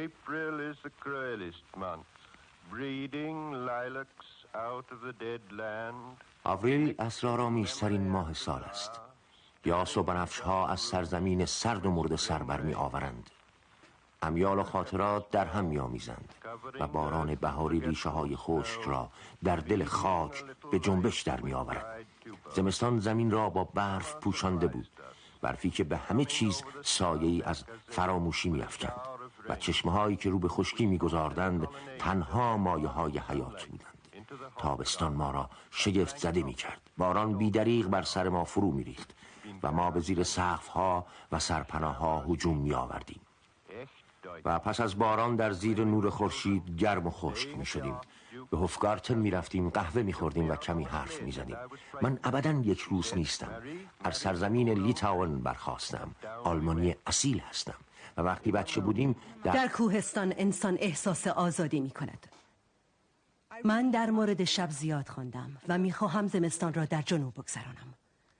April is the cruelest month, breeding lilacs out of the dead land. آوریل اسرارآمیزترین ماه سال است. یاس و بنفش‌ها از سرزمین سرد و مرده سر برمی آورند. امیال و خاطرات در هم می آمیزند و باران بهاری ریشه های خشک را در دل خاک به جنبش در می آورد. زمستان زمین را با برف پوشانده بود، برفی که به همه چیز سایه‌ای از فراموشی می افکند و چشمه‌هایی که رو به خشکی می گذاردند تنها مایه‌های حیات بودند. تابستان ما را شگفت زده می کرد. باران بیدریغ بر سر ما فرو می ریخت و ما به زیر سقف‌ها و سرپناه‌ها هجوم می آوردیم و پس از باران در زیر نور خورشید گرم و خشک می شدیم. به هوفگارتن می رفتیم، قهوه می خوردیم و کمی حرف می زدیم. من ابداً یک روس نیستم. از سرزمین لیتائون برخاستم. آلمانی اصیل هستم و وقتی بچه بودیم در کوهستان انسان احساس آزادی می کند. من در مورد شب زیاد خواندم و می خواهم زمستان را در جنوب بگذرانم.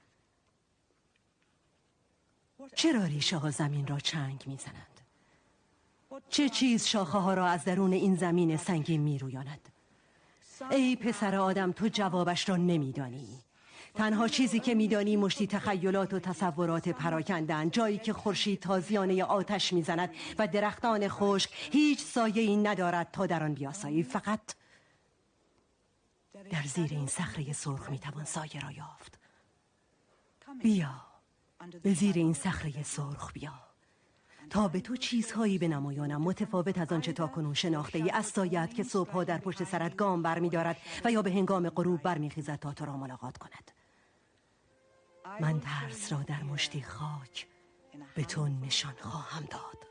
چرا ریشه ها زمین را چنگ می زنند؟ چه چیز شاخه ها را از درون این زمین سنگین می رویاند؟ ای پسر آدم، تو جوابش را نمی دانی. تنها چیزی که می دانی مشتی تخیلات و تصورات پراکندن، جایی که خورشید تازیانه آتش می زند و درختان خشک هیچ سایه‌ای ندارد تا در آن بیاسایی. فقط در زیر این صخره سرخ می توان سایه را یافت. بیا به زیر این صخره سرخ بیا تا به تو چیزهایی بنمایانم متفاوت از آنچه تاکنون شناخته ای، از سایه‌ات که صبح‌ها در پشت سرت گام برمی دارد و یا به هنگام غروب برمی خیزد تا تو را ملاقات کند. من ترس را در مشتی خاک به تو نشان خواهم داد.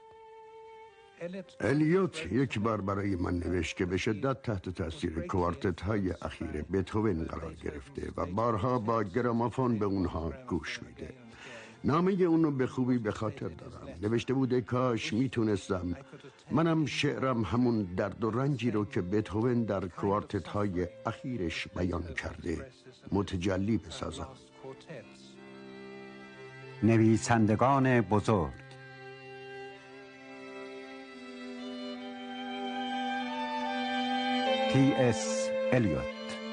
الیوت یک بار برای من نوشت که به شدت تحت تاثیر کوارتت های اخیر بتهوون قرار گرفته و بارها با گرامافون به اونها گوش میده. نامه اونو به خوبی به خاطر دارم. نوشته بوده کاش میتونستم منم شعرم همون درد و رنجی رو که بتهوون در کوارتت های اخیرش بیان کرده متجلی بسازم. نویسندگان بزرگ تی.اس. الیوت.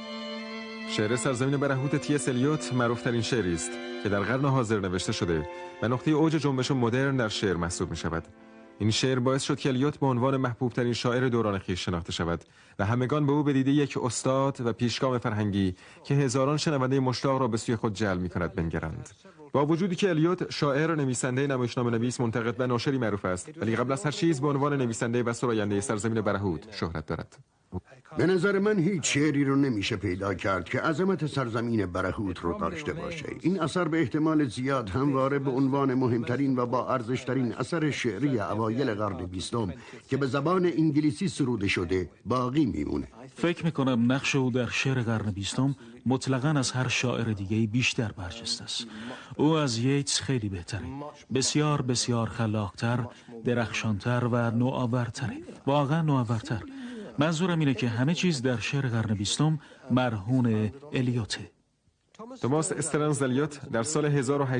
شعر سرزمین برهوت تی.اس. الیوت معروف‌ترین شعری است که در قرن حاضر نوشته شده و نقطه اوج جنبش مدرن در شعر محسوب می‌شود. این شعر باعث شد که الیوت به عنوان محبوب‌ترین شاعر دوران خویش شناخته شود و همگان به او به دیده یک استاد و پیشگام فرهنگی که هزاران شنونده مشتاق را به سوی خود جلب می‌کند بنگرند. با وجودی که الیوت شاعر، نویسنده، نمایشنامه‌نویس، منتقد و ناشری معروف است، ولی قبل از هر چیز به عنوان نویسنده و سراینده سرزمین برهوت شهرت دارد. به نظر من هیچ شعری رو نمیشه پیدا کرد که عظمت سرزمین برهوت رو داشته باشه. این اثر به احتمال زیاد همواره به عنوان مهمترین و با ارزشترین اثر شعری اوایل قرن 20 که به زبان انگلیسی سروده شده باقی میمونه. فکر میکنم نقش او در شعر قرن 20 مطلقاً از هر شاعر دیگه‌ای بیشتر برجسته است. او از ییتس خیلی بهتره. بسیار بسیار خلاق‌تر، درخشانتر و نوآورتره. واقعاً نوآورتر. منظورم اینه که همه چیز در شعر قرن 20 مرهون الیوته. توماس استرنز الیوت در سال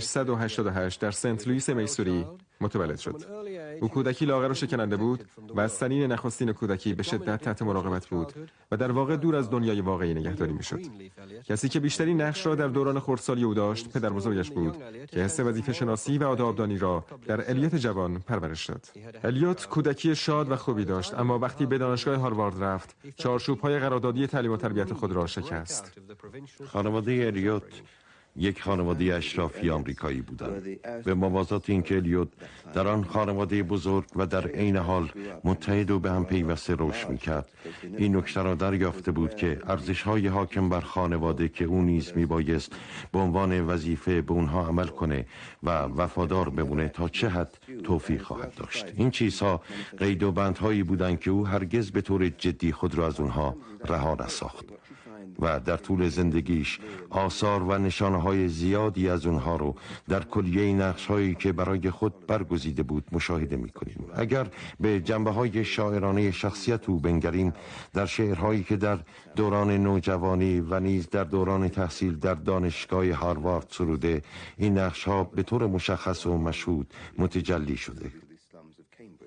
1888 در سنت لوئیس میسوری متولد شد. او کودکی لاغر و شکننده بود و از سنین نخستین کودکی به شدت تحت مراقبت بود و در واقع دور از دنیای واقعی نگهداری میشد. کسی که بیشترین نقش را در دوران خردسالی او داشت پدر بزرگش بود که حس وظیفه شناسی و آدابدانی را در الیوت جوان پرورش داد. الیوت کودکی شاد و خوبی داشت، اما وقتی به دانشگاه هاروارد رفت چارچوب‌های قراردادی تعلیم و تربیت خود را شکست. خانواده الیوت یک خانواده اشرافی آمریکایی بودند. به موازات اینکه الیوت در آن خانواده بزرگ و در عین حال متحد و به هم پیوسته رشد می‌کرد، این نکته را دریافته بود که ارزش‌های حاکم بر خانواده که او نیز میبایست به عنوان وظیفه به اونها عمل کنه و وفادار بمونه تا چه حد توفیق خواهد داشت. این چیزها قید و بندهایی بودند که او هرگز به طور جدی خود را از اونها رها نساخت و در طول زندگیش آثار و نشانه‌های زیادی از اونها رو در کلیه نقش‌هایی که برای خود برگزیده بود مشاهده می‌کنیم. اگر به جنبه‌های شاعرانه شخصیت او بنگریم، در شعرهایی که در دوران نوجوانی و نیز در دوران تحصیل در دانشگاه هاروارد سروده، این نقش‌ها به طور مشخص و مشهود متجلی شده.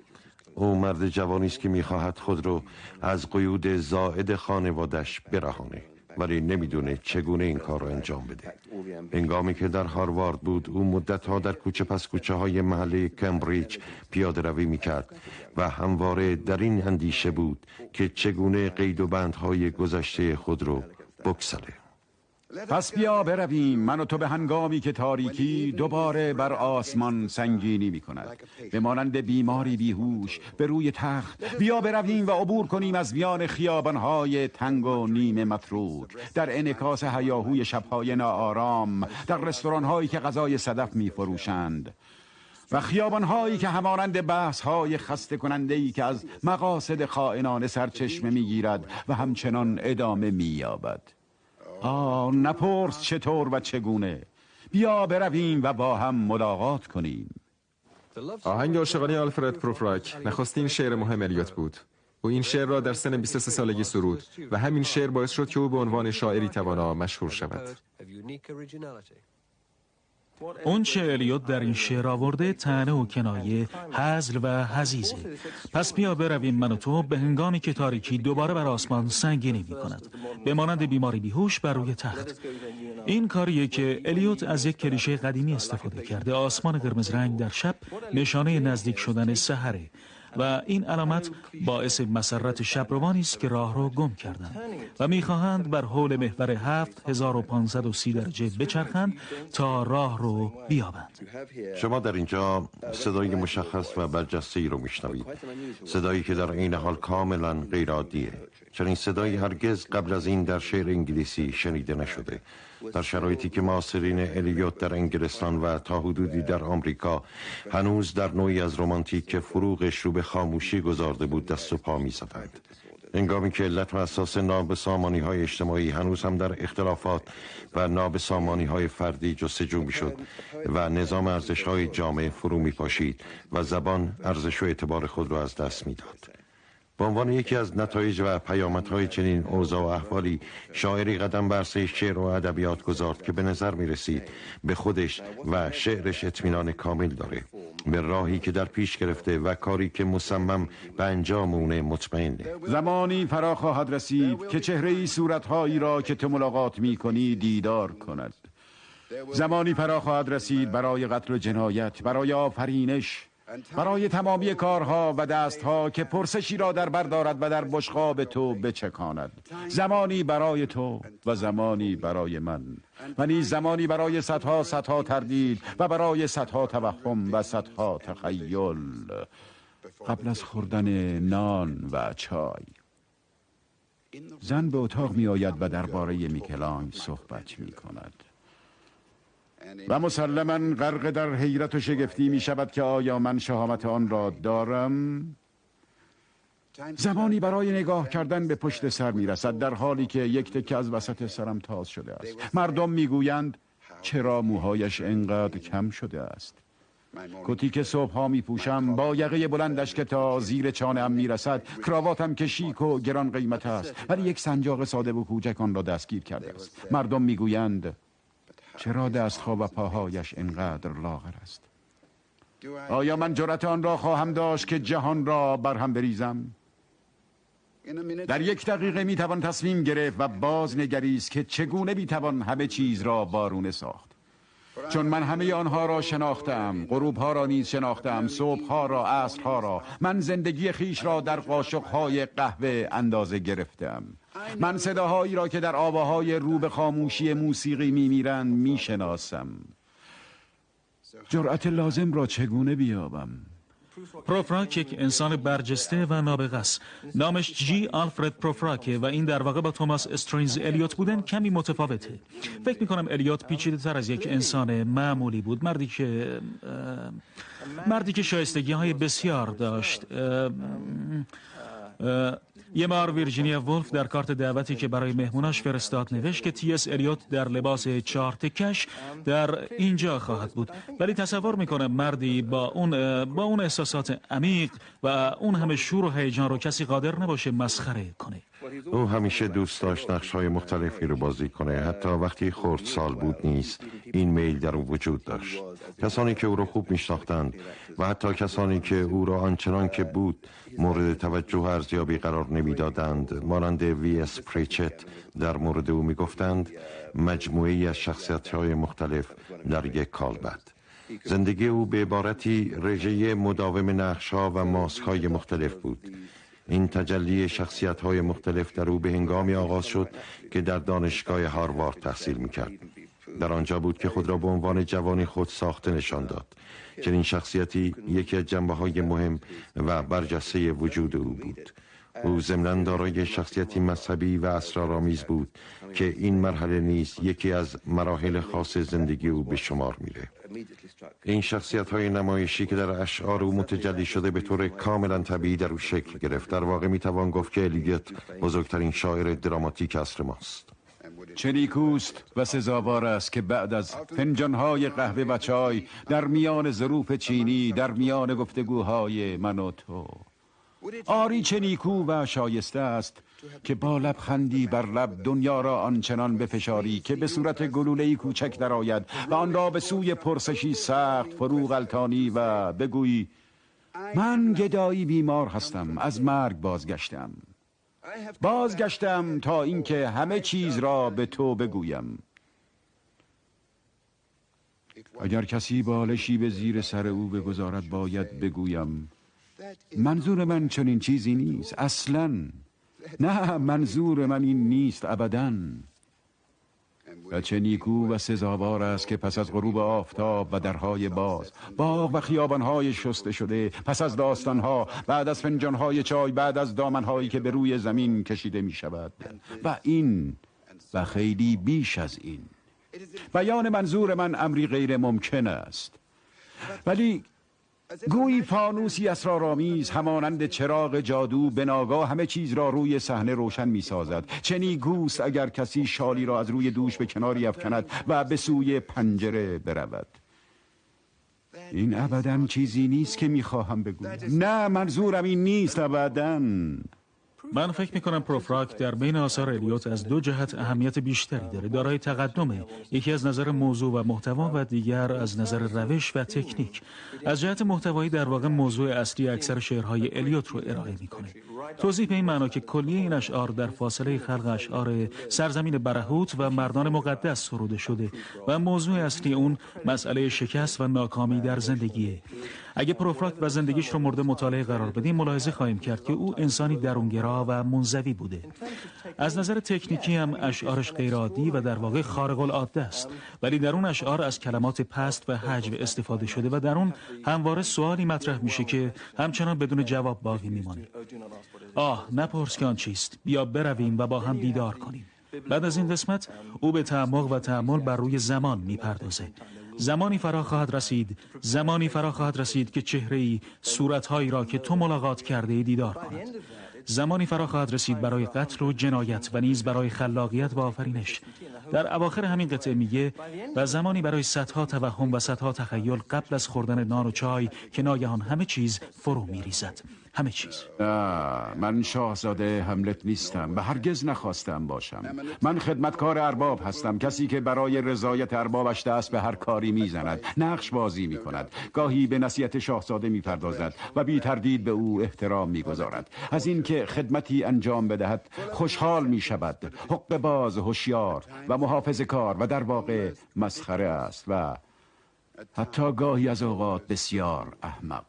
او مرد جوانی است که می‌خواهد خود را از قیود زائد خانوادش برهانه، ولی نمیدونه چگونه این کار را انجام بده. هنگامی که در هاروارد بود، او مدت‌ها در کوچه پس کوچه های محله کمبریج پیاده روی می‌کرد و همواره در این اندیشه بود که چگونه قید و بندهای گذشته خود را بگسله. پس بیا برویم، من و تو به هنگامی که تاریکی دوباره بر آسمان سنگینی می کند، به مانند بیماری بیهوش به روی تخت. بیا برویم و عبور کنیم از میان خیابانهای تنگ و نیمه متروک، در انعکاس هیاهوی شبهای ناآرام، در رستوران‌هایی که غذای صدف می فروشند و خیابان‌هایی که همانند بحث‌های خسته کننده‌ای که از مقاصد خائنانه سرچشمه می‌گیرد و همچنان ادامه می‌یابد. نپرس چطور و چگونه. بیا برویم و با هم ملاقات کنیم. آهنگ عاشقانه آلفرد پروفراک نخستین شعر مهم الیوت بود. او این شعر را در سن 23 سالگی سرود و همین شعر باعث شد که او به عنوان شاعری توانا مشهور شود. اون چه الیوت در این شعر آورده طعنه و کنایه، هزل و حزیزه. پس بیا برویم من و تو به هنگامی که تاریکی دوباره بر آسمان سنگینی می کند، به مانند بیماری بیهوش بر روی تخت. این کاریه که الیوت از یک کلیشه قدیمی استفاده کرده. آسمان قرمز رنگ در شب نشانه نزدیک شدن سحره و این علامت باعث مسرت شبروانی است که راه رو گم کردند و می‌خواهند بر حول محور 7530 درجه بچرخند تا راه رو بیابند. شما در اینجا صدای مشخص و برجسته‌ای رو میشنوید، صدایی که در عین حال کاملا غیر عادیه. چنین صدایی هرگز قبل از این در شعر انگلیسی شنیده نشده. در شرایطی که معاصرین الیوت در انگلستان و تا حدودی در آمریکا هنوز در نوعی از رمانتیک که فروغش رو به خاموشی گذارده بود دست و پا می زدند. هنگامی که علت و اساس نابسامانی‌های اجتماعی هنوز هم در اختلافات و نابسامانی‌های فردی جستجو می‌شد و نظام ارزش‌های جامعه فرو می‌پاشید و زبان ارزش و اعتبار خود را از دست می‌داد. به عنوان یکی از نتایج و پیامدهای چنین اوضاع و احوالی، شاعری قدم بر عرصه شعر و ادبیات گذارد که به نظر می رسید به خودش و شعرش اطمینان کامل داره، به راهی که در پیش گرفته و کاری که مصمم به انجام اونه مطمئنه. زمانی فرا خواهد رسید که چهره‌ای صورتهایی را که تو ملاقات می کنی دیدار کند. زمانی فرا خواهد رسید برای قتل و جنایت، برای آفرینش، برای تمامی کارها و دستها که پرسشی را در بر دارد و در بشقاب تو بچکاند. زمانی برای تو و زمانی برای من و نیز زمانی برای صدها تردید و برای صدها توهم و صدها تخیل قبل از خوردن نان و چای. زن به اتاق می آید و درباره میکلانج صحبت می کند و مسلماً غرق در حیرت و شگفتی می شود که آیا من شهامت آن را دارم؟ زمانی برای نگاه کردن به پشت سر می رسد در حالی که یک تکه از وسط سرم تاز شده است. مردم می گویند چرا موهایش انقدر کم شده است. کتی که صبحها می پوشم با یقه بلندش که تا زیر چانه‌ام می رسد، کراواتم که شیک و گران قیمت است ولی یک سنجاق ساده و کوچک آن را دستگیر کرده است. مردم می گویند چرا دستها و پاهایش انقدر لاغر است؟ آیا من جرأت آن را خواهم داشت که جهان را برهم بریزم؟ در یک دقیقه میتوان تصمیم گرفت و باز نگریست که چگونه میتوان همه چیز را وارونه ساخت. چون من همه آنها را شناختم، غروبها را نیز شناختم، صبحها را، عصرها را. من زندگی خیش را در قاشقهای قهوه اندازه گرفتم. من صداهایی را که در آواهای رو به خاموشی موسیقی میمیرند میشناسم. جرأت لازم را چگونه بیابم؟ پروفراک یک انسان برجسته و نابغه است. نامش جی آلفرد پروفراکه و این در واقع با توماس استرینز الیوت بودن کمی متفاوته. فکر میکنم الیوت پیچیده تر از یک انسان معمولی بود، مردی که شایستگی های بسیار داشت. یه بار ویرجینیا وولف در کارت دعوتی که برای مهموناش فرستاد نوشت که تی اس الیوت در لباس 4 تکش در اینجا خواهد بود، ولی تصور میکنم مردی با اون احساسات عمیق و اون همه شور و هیجان رو کسی قادر نباشه مسخره کنه. او همیشه دوست داشت نقش‌های مختلفی رو بازی کنه. حتی وقتی خردسال بود نیز این میل در او وجود داشت. کسانی که او را خوب میشناختند و حتی کسانی که او را آنچنان که بود مورد توجه و ارزیابی قرار نمیدادند، مانند وی.اس. پریچت در مورد او میگفتند مجموعه‌ای از شخصیت‌های مختلف در یک کالبد. زندگی او به عبارتی رژه مداوم نقش‌ها و ماسک‌های مختلف بود. این تجلی شخصیت‌های مختلف در او به هنگامی آغاز شد که در دانشگاه هاروارد تحصیل می‌کرد. در آنجا بود که خود را به عنوان جوانی خود ساخته نشان داد. چنین شخصیتی یکی از جنبه‌های مهم و برجسته وجود او بود. او ضمناً دارای شخصیتی مذهبی و اسرارآمیز بود که این مرحله نیز یکی از مراحل خاص زندگی او به شمار میره. این شخصیت‌های نمایشی که در اشعار او متجلی شده به طور کاملا طبیعی در او شکل گرفت. در واقع میتوان گفت که الیوت بزرگترین شاعر دراماتیک عصر ماست. چه نیکوست و سزاوار است که بعد از فنجان‌های قهوه و چای در میان ظروف چینی، در میان گفتگوهای من و تو، آری چه نیکو و شایسته است که با لبخندی بر لب دنیا را آنچنان بفشاری که به صورت گلوله‌ای کوچک درآید و آن را به سوی پرسشی سخت فرو غلطانی و بگویی من گدایی بیمار هستم، از مرگ بازگشتم تا اینکه همه چیز را به تو بگویم. اگر کسی بالشی به زیر سر او بگذارد باید بگویم منظور من چنین چیزی نیست اصلاً. نه، منظور من این نیست ابداً. و چه نیکو و سزاوار است که پس از غروب آفتاب و درهای باز، باغ و خیابانهای شسته شده، پس از داستانها، بعد از فنجانهای چای، بعد از دامنهایی که به روی زمین کشیده می شود و این و خیلی بیش از این. بیان منظور من امری غیر ممکن است، ولی گویی فانوسی اسرارآمیز همانند چراغ جادو به ناگاه همه چیز را روی صحنه روشن می سازد. چه نیکوست اگر کسی شالی را از روی دوش به کناری افکند و به سوی پنجره برود. این ابداً چیزی نیست که می خواهم بگویم. نه، منظورم این نیست ابداً. من فکر میکنم پروفراک در بین آثار الیوت از دو جهت اهمیت بیشتری داره. دارای تقدمه، یکی از نظر موضوع و محتوا و دیگر از نظر روش و تکنیک. از جهت محتوایی در واقع موضوع اصلی اکثر شعرهای الیوت رو ارائه میکنه. توضیح به این معنا که کلیه این اشعار در فاصله خلق اشعار سرزمین برهوت و مردان مقدس سروده شده و موضوع اصلی اون مسئله شکست و ناکامی در زندگیه. اگه پروفراک و زندگیش رو مورد مطالعه قرار بدیم ملاحظه خواهیم کرد که او انسانی درونگرا و منزوی بوده. از نظر تکنیکی هم اشعارش غیرعادی و در واقع خارق العاده است، ولی در اون اشعار از کلمات پست و هجو استفاده شده و در اون همواره سوالی مطرح میشه که همچنان بدون جواب باقی میمونه. آه، نپرس که آن چیست، بیا برویم و با هم دیدار کنیم. بعد از این قسمت او به تعمق و تأمل بر روی زمان میپردازه. زمانی فرا خواهد رسید که چهره‌ای صورت‌هایی را که تو ملاقات کرده دیدار کند. زمانی فرا خواهد رسید برای قتل و جنایت و نیز برای خلاقیت و آفرینش. در اواخر همین قطعه میگه و زمانی برای صدها توهم و صدها تخیل قبل از خوردن نان و چای که ناگهان همه چیز فرو میریزد. همه چیز. نه، من شاهزاده هملت نیستم و هرگز نخواستم باشم. من خدمتکار ارباب هستم، کسی که برای رضایت اربابش دست به هر کاری میزند، نقش بازی میکند، گاهی به نصیحت شاهزاده میپردازد و بی تردید به او احترام میگذارد. از این که خدمتی انجام بدهد خوشحال میشود. حق باز، هوشیار و محافظه‌کار و در واقع مسخره است و حتی گاهی از اوقات بسیار احمق.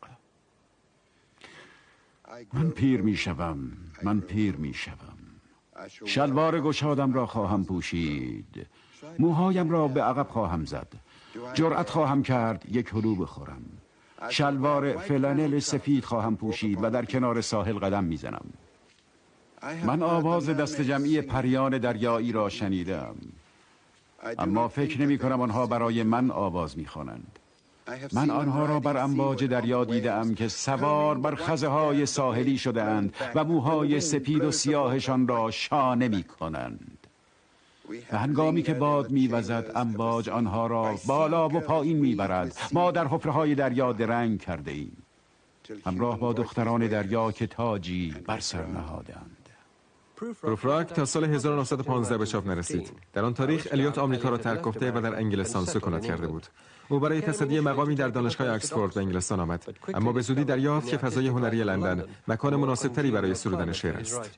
من پیر می شوم. شلوار گشادم را خواهم پوشید، موهایم را به عقب خواهم زد، جرأت خواهم کرد یک هلو بخورم، شلوار فلانل سفید خواهم پوشید و در کنار ساحل قدم میزنم. من آواز دست جمعی پریان دریایی را شنیدم، اما فکر نمی کنم آنها برای من آواز میخوانند. من آنها را بر امواج دریا دیدم که سوار بر خزه‌های ساحلی شده اند و موهای سپید و سیاهشان را شانه می کنند. و هنگامی که باد می‌وزد امواج آنها را بالا و پایین می‌برد. ما در حفره‌های دریا درنگ کرده ایم، همراه با دختران دریا که تاجی بر سر نهادند. پروفراک تا سال 1915 به چاپ نرسید. در آن تاریخ الیوت آمریکا را ترک گفته و در انگلستان سکونت کرده بود. او برای تصدی مقامی در دانشگاه اکسفورد به انگلستان آمد، اما به زودی دریافت که فضای هنری لندن مکان مناسبتری برای سرودن شعر است.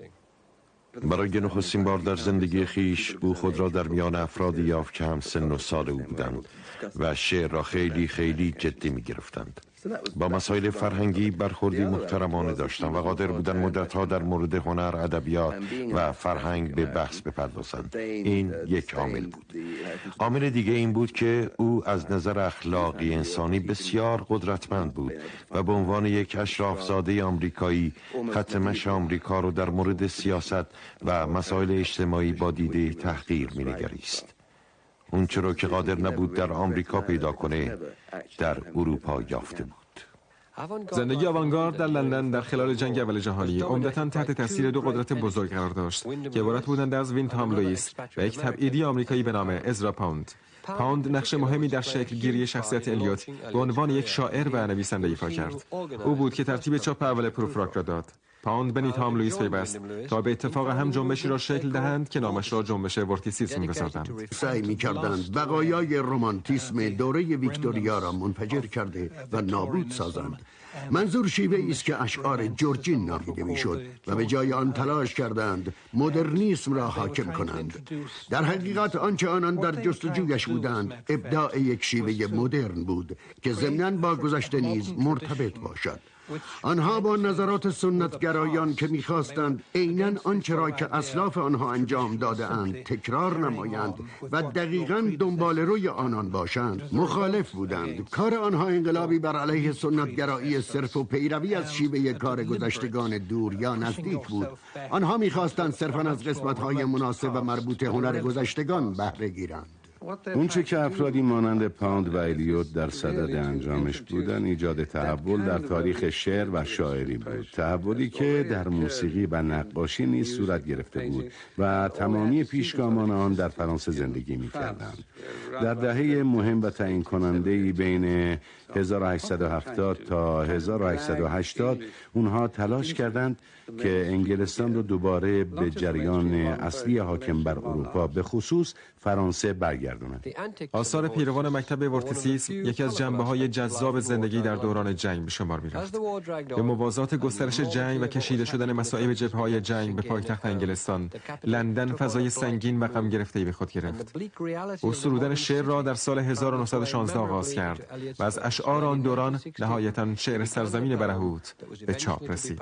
برای نخستین بار در زندگی خیش او خود را در میان افرادی یافت که هم سن و سال او بودند و شعر را خیلی خیلی جدی می گرفتند. با مسائل فرهنگی برخوردی محترمانه داشتند و قادر بودند مدتها در مورد هنر، ادبیات و فرهنگ به بحث بپردازند. این یک عامل بود. عامل دیگه این بود که او از نظر اخلاقی انسانی بسیار قدرتمند بود و به عنوان یک اشرافزاده آمریکایی خط مشی آمریکا را در مورد سیاست و مسائل اجتماعی با دیده تحقیر می‌نگریست. اون چرا که قادر نبود در آمریکا پیدا کنه در اروپا یافته بود. زندگی آوانگارد در لندن در خلال جنگ اول جهانی عمدتاً تحت تاثیر دو قدرت بزرگ قرار داشت که عبارت بودند از ویندهام لوئیس و یک تبعیدی آمریکایی به نام ازرا پاوند. پاوند نقش مهمی در شکل گیری شخصیت الیوت به عنوان یک شاعر و نویسنده ایفا کرد. او بود که ترتیب چاپ اول پروفراک را داد. پاوند به نیتهام لوئیس پیوست تا به اتفاق هم جنبشی را شکل دهند که نامش را جنبش ورتیسیسم گذاردند. سعی می‌کردند بقایای رمانتیسم دوره ویکتوریا را منفجر کرده و نابود سازند. منظور شیوه است که اشعار جورجین نامیده میشد و به جای آن تلاش کردند مدرنیسم را حاکم کنند. در حقیقت آنچه آنان در جستجویش بودند ابداع یک شیوه مدرن بود که ضمناً با گذشته نیز مرتبط باشد. آنها با نظرات سنتگرایان که می‌خواستند عیناً آنچه را که اسلاف آنها انجام داده‌اند تکرار نمایند و دقیقاً دنبال روی آنان باشند مخالف بودند. کار آنها انقلابی بر علیه سنتگرایی صرف و پیروی از شیوه کار گذشتگان دور یا نزدیک بود. آنها می‌خواستند صرفاً از قسمت‌های مناسب و مربوط هنر گذشتگان بهره گیرند. اون چه که افرادی مانند پاوند و الیوت در صدد انجامش بودن ایجاد تحول در تاریخ شعر و شاعری بود. تحولی که در موسیقی و نقاشی نیز صورت گرفته بود و تمامی پیشگامان آن در فرانسه زندگی می‌کردند. در دهه مهم و تعیین کننده‌ای بین 1870 تا 1880 اونها تلاش کردند که انگلستان رو دوباره به جریان اصلی حاکم بر اروپا به خصوص فرانسه برگردونند. آثار پیروان مکتب ورتیسیسم یکی از جنبه‌های جذاب زندگی در دوران جنگ به شمار می‌رفت. به موازات گسترش جنگ و کشیده شدن مصائب جبهه‌های جنگ به پایتخت انگلستان، لندن فضای سنگین و غم گرفته‌ای به خود گرفت. او سرودن شعر را در سال 1916 آغاز کرد و از اشعار آن دوران نهایتاً شعر سرزمین برهوت به چاپ رسید.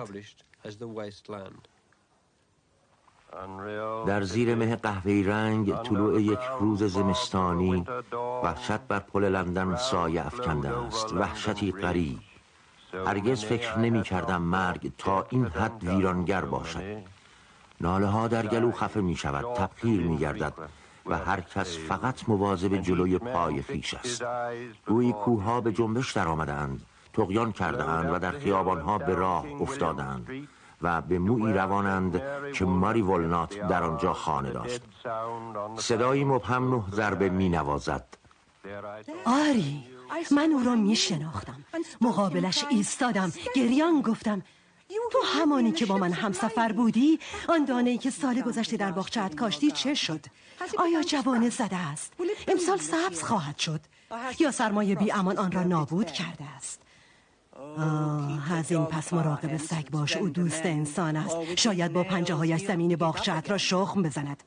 در زیر مه قهوه‌ای رنگ طلوع یک روز زمستانی وحشت بر پل لندن سایه افکنده است. وحشتی غریب. هرگز فکر نمی کردم مرگ تا این حد ویرانگر باشد. ناله ها در گلو خفه می شود، تبخیر می گردد و هر کس فقط مواظب جلوی پای خویش است. گویی کوه‌ها به جنبش در آمدند، طغیان کرده‌اند و در خیابان‌ها به راه افتادند و به مویی روانند که ماری ولنات در آنجا خانه داشت. صدایی مبهم 9 ضربه می نوازد. آری، من او را می شناختم. مقابلش ایستادم، گریان گفتم تو همانی که با من همسفر بودی؟ آن دانه‌ای که سال گذشته در باغچه‌ات کاشتی چه شد؟ آیا جوانه زده است؟ امسال سبز خواهد شد یا سرمایه بی امان آن را نابود کرده است؟ از این پس مراقب سگ باش، او دوست انسان است. شاید با پنجه‌هایش زمین باغچه‌ات را شخم بزند.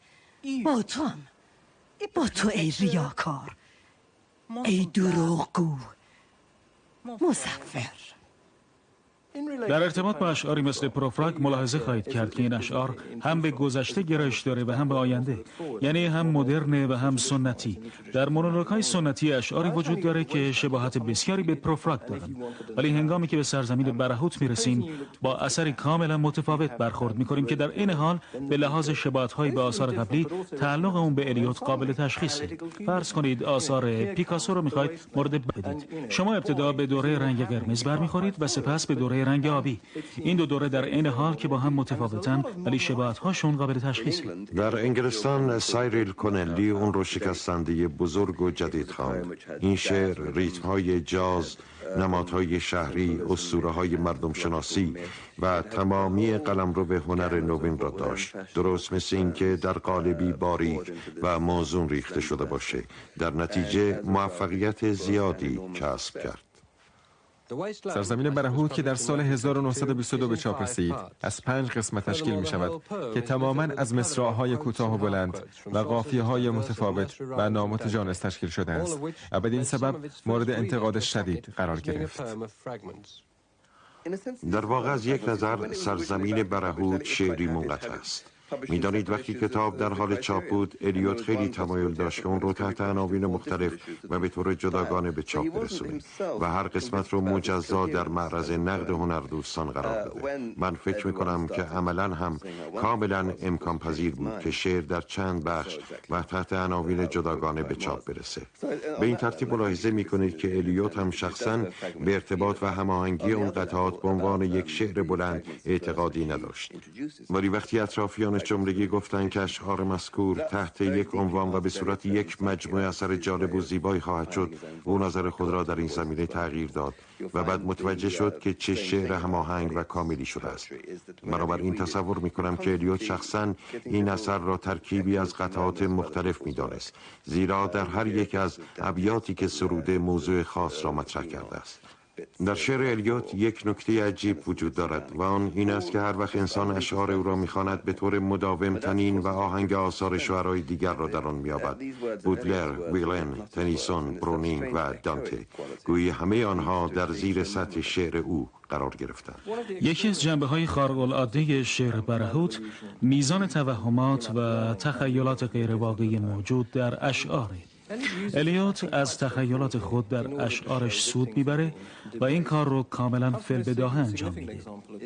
با تو ای ریاکار، ای دروغگو، مزور. در ارتباط با اشعاری مثل پروفراک ملاحظه خواهید کرد که این اشعار هم به گذشته گرایش داره و هم به آینده، یعنی هم مدرن و هم سنتی. در مونولوگ‌های سنتی اشعاری وجود داره که شباهت بسیاری به پروفراک دارن، ولی هنگامی که به سرزمین برهوت میرسیم با اثری کاملا متفاوت برخورد میکنیم که در این حال به لحاظ شباهت‌های به آثار قبلی تعلق اون به الیوت قابل تشخیصه. فرض کنید آثار پیکاسو رو میخواید مورد بدید. شما ابتدا به دوره رنگ قرمز برمیخورید و سپس به دوره رنگ آبی. این دو دوره در عین حال که با هم متفاوتن ولی شباهت‌هاشون قابل تشخیصه. در انگلستان سایریل کونلی اون رو شکستنده بزرگ و جدید خواند. این شعر ریتم‌های جاز، نمادهای شهری، اسطوره‌های مردم شناسی و تمامی قلمرو به هنر نوین را داشت. درست مثل این که در قالبی باریک و موزون ریخته شده باشه. در نتیجه موفقیت زیادی کسب کرد. سرزمین برهوت که در سال 1922 به چاپ رسید از 5 قسمت تشکیل می شود که تماماً از مصرع‌های کوتاه و بلند و قافیه‌های متفاوت و نامتجانس تشکیل شده است و بدین سبب مورد انتقاد شدید قرار گرفت. در واقع از یک نظر سرزمین برهوت شعری منقطع است. میدانید وقتی کتاب در حال چاپ بود الیوت خیلی تمایل داشت که اون رو تحت عناوین مختلف و به طور جداگانه به چاپ برسونه و هر قسمت رو مجزا در معرض نقد هنردوستان قرار بده. من فکر میکنم که عملا هم کاملا امکان پذیر بود که شعر در چند بخش و تحت عناوین جداگانه به چاپ برسه. به این ترتیب ملاحظه میکنید که الیوت هم شخصا به ارتباط و هماهنگی اون قطعات به عنوان یک شعر بلند اعتقادی نداشت. ولی وقتی اطرافیان جملگی گفتند که اشعار مذکور تحت یک عنوان و به صورت یک مجموعه اثر جالب و زیبایی خواهد شد، او نظر خود را در این زمینه تغییر داد و بعد متوجه شد که چه شعر هماهنگ و کاملی شده است. بنابراین تصور می‌کنم که الیوت شخصاً این اثر را ترکیبی از قطعات مختلف می‌دانست، زیرا در هر یک از ابیاتی که سروده موضوع خاص را مطرح کرده است. در شعر الیوت یک نکته عجیب وجود دارد و آن این است که هر وقت انسان اشعار او را می‌خواند به طور مداوم تنین و آهنگ آثار شاعرای دیگر را در آن می‌یابد. بودلر، ویلن، تنیسون، برونینگ و دانته، گویی همه آنها در زیر سطح شعر او قرار گرفتند. یکی از جنبه‌های خارق‌العاده شعر برهوت میزان توهمات و تخیلات غیرواقعی موجود در اشعاره. الیوت از تخیلات خود در اشعارش سود میبره و این کار رو کاملا فی‌البداهه انجام میده.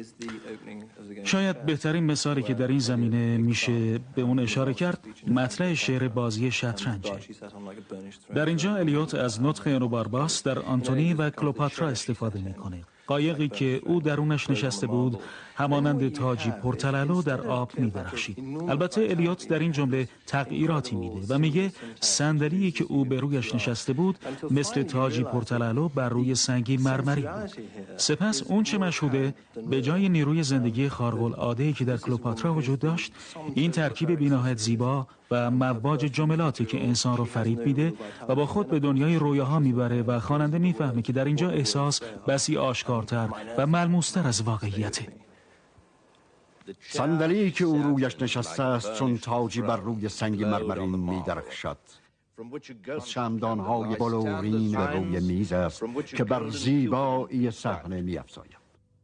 شاید بهترین مثالی که در این زمینه میشه به اون اشاره کرد مطلع شعر بازی شطرنجه. در اینجا الیوت از نطق انوبارباس در آنتونی و کلوپاترا استفاده میکنه. قایقی که او درونش نشسته بود همانند تاجی پرتلالو در آب می‌درخشید. البته الیوت در این جمله تغییراتی میده و میگه صندلی که او به رویش نشسته بود مثل تاجی پرتلالو بر روی سنگی مرمری بود. سپس اون چه مشهوده به جای نیروی زندگی خارق‌العاده‌ای که در کلوپاترا وجود داشت، این ترکیب بی‌نهایت زیبا و مواج جملاتی که انسان رو فریب میده و با خود به دنیای رویاها میبره و خواننده میفهمه که در اینجا احساس بسی آشکارتر و ملموستر از واقعیته. صندلی که او رویش نشسته است چون تاجی بر روی سنگ مرمرین می‌درخشد. شمعدان‌های بلورین بر روی میز است که بر زیبایی صحنه می‌افزاید.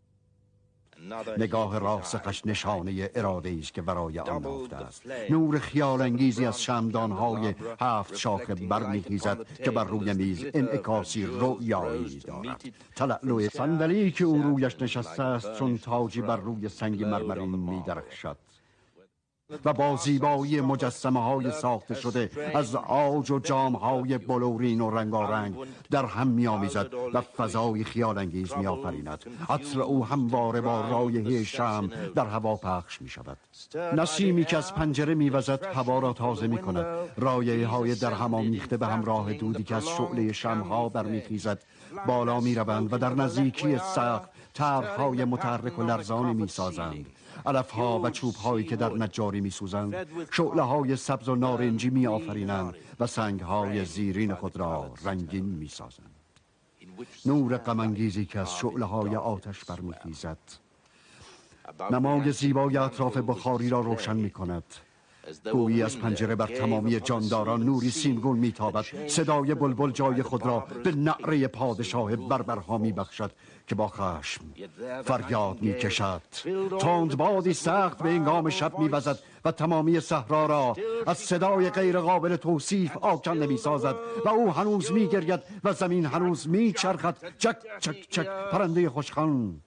نگاه راسخش نشانه اراده است که برای آن نهفته است. نور خیال انگیزی از شمعدان‌های 7 شاخه برمیخیزد که بر روی میز انعکاسی رؤیایی دارد. تلألؤ صندلی که او رویش نشسته است چون تاجی بر روی سنگ مرمرین می‌درخشد و با زیبایی مجسمه‌های ساخته شده از عاج و جام‌های بلورین و رنگارنگ در هم می‌آمیزد و فضای خیال انگیز می‌آفریند. عطر او همواره با رایحه شمع در هوا پخش می‌شود. نسیمی که از پنجره می‌وزد هوا را تازه می‌کند. رایحه‌های در هم آمیخته به همراه دودی که از شعله شمع‌ها برمی‌خیزد بالا می‌روند و در نزدیکی سقف طرح‌های متحرک و لرزانی می‌سازند. علف‌ها و چوب‌هایی که در نجاری می‌سوزند شعله‌های سبز و نارنجی می‌آفرینند و سنگ‌های زیرین خود را رنگین می‌سازند. نور غم‌انگیزی که از شعله‌های آتش برمی‌خیزد نمای زیبای اطراف بخاری را روشن می‌کند. گویی از پنجره بر تمامی جانداران نوری سیمگون میتابد. صدای بلبل جای خود را به نعره پادشاه بربرها میبخشد که با خشم فریاد میکشد. تند بادی سخت به هنگام شب میوزد و تمامی صحرا را از صدای غیر قابل توصیف آکنده میسازد و او هنوز میگرید و زمین هنوز میچرخد. چک چک چک پرنده خوشخوان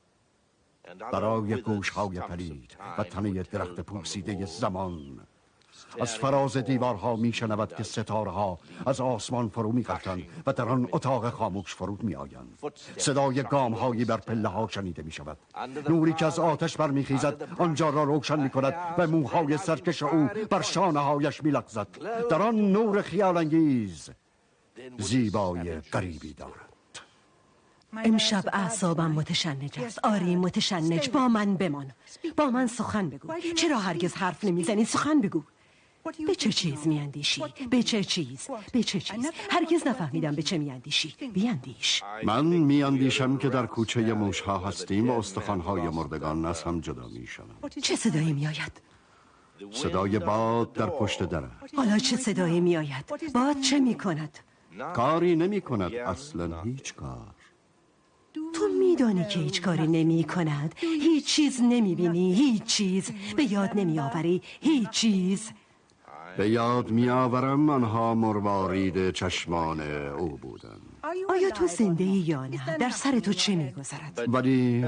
برای گوش‌های پلید و تنه درخت پوسیده زمان از فراز دیوارها میشنود که ستاره‌ها از آسمان فرو می‌غلطند و در آن اتاق خاموش فرود می‌آیند. صدای گام‌هایی بر پله‌ها شنیده می‌شود. نوری که از آتش برمیخیزد آنجا را روشن می‌کند و موهای سرکش او بر شانه‌هایش می‌لغزد. در آن نور خیال‌انگیز زیبایی غریبی دارد. امشب اعصابم متشنج است. آری متشنج. با من بمان. با من سخن بگو. چرا هرگز حرف نمیزنی؟ سخن بگو. به چه چیز میاندیشی؟ به چه چیز؟ به چه چیز؟ هرگز نفهمیدم به چه میاندیشی. بیاندیش. من میاندیشم که در کوچه موشها هستیم و استخوان‌های مردگان از هم جدا میشوند. چه صدایی میآید؟ صدای باد در پشت در است. حالا چه صدایی میآید؟ باد چه میکند؟ کاری نمی‌کند، اصلا هیچ کار. تو میدانی که هیچ کاری نمی کند. هیچ چیز نمی بینی. هیچ چیز به یاد نمی آوری. هیچ چیز به یاد میآورم آنها مروارید چشمان او بودند. آیا تو زنده ای یا نه؟ در سر تو چه میگذرد؟ ولی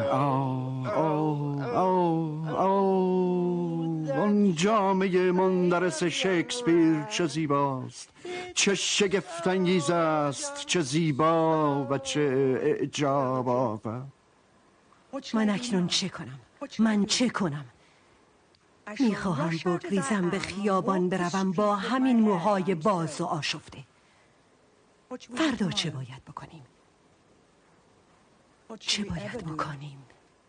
آن جامعه مندرس شکسپیر چه زیباست، چه شگفت انگیز است، چه زیبا و چه اعجاب آور. من اکنون چه کنم؟ من چه کنم؟ میخواهم بگریزم به خیابان بروم با همین موهای باز و آشفته. فردا چه باید بکنیم؟ چه باید بکنیم؟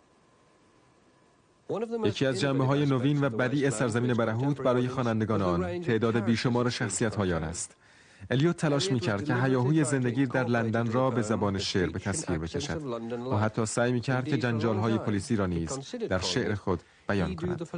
یکی از جنبه‌های نوین و بدیع سرزمین برهوت برای خوانندگان آن تعداد بیشمار شخصیت‌های آن است. الیوت تلاش می‌کرد که هیاهوی زندگی در لندن را به زبان شعر به تصویر بکشد و حتی سعی می‌کرد که جنجال‌های پلیسی را نیز در شعر خود بیان کند.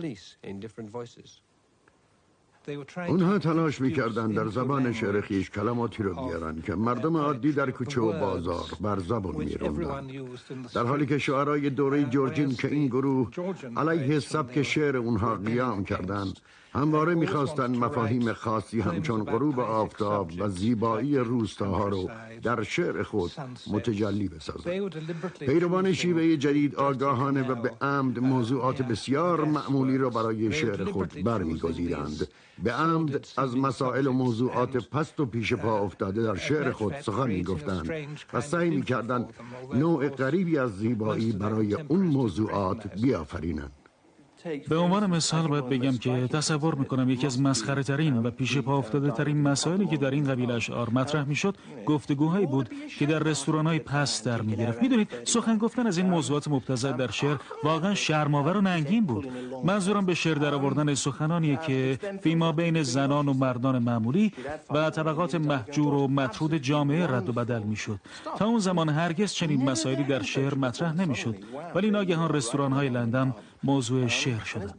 اونها تلاش میکردند در زبان شعر خویش کلماتی رو بیارن که مردم عادی در کوچه و بازار بر زبان میروندن، در حالی که شاعرای دوره جورجین که این گروه علیه سبک شعر اونها قیام کردند همواره میخواستند مفاهیم خاصی همچون غروب آفتاب و زیبایی روستاها رو در شعر خود متجلی بسازند. پیروان شیوه جدید آگاهانه و به عمد موضوعات بسیار معمولی را برای شعر خود برمیگزیدند. به عمد از مسائل و موضوعات پست و پیش پا افتاده در شعر خود سخن میگفتند و سعی میکردند نوع غریبی از زیبایی برای اون موضوعات بیافرینند. به عنوان مثال باید بگم که تصور میکنم یکی از مسخره ترین و پیش پا افتاده ترین مسائلی که در این قبیل اشعار مطرح میشد گفتگوهایی بود که در رستوران‌های پست در میگرفت. میدونید سخن گفتن از این موضوعات مبتذل در شعر واقعا شرم‌آور و ننگین بود. منظورم به شعر در آوردن سخنانیه که فیما بین زنان و مردان معمولی و طبقات محجور و مطرود جامعه رد و بدل میشد. تا اون زمان هرگز چنین مسائلی در شعر مطرح نمیشد، ولی ناگهان رستوران‌های لندن موضوع شعر شدن.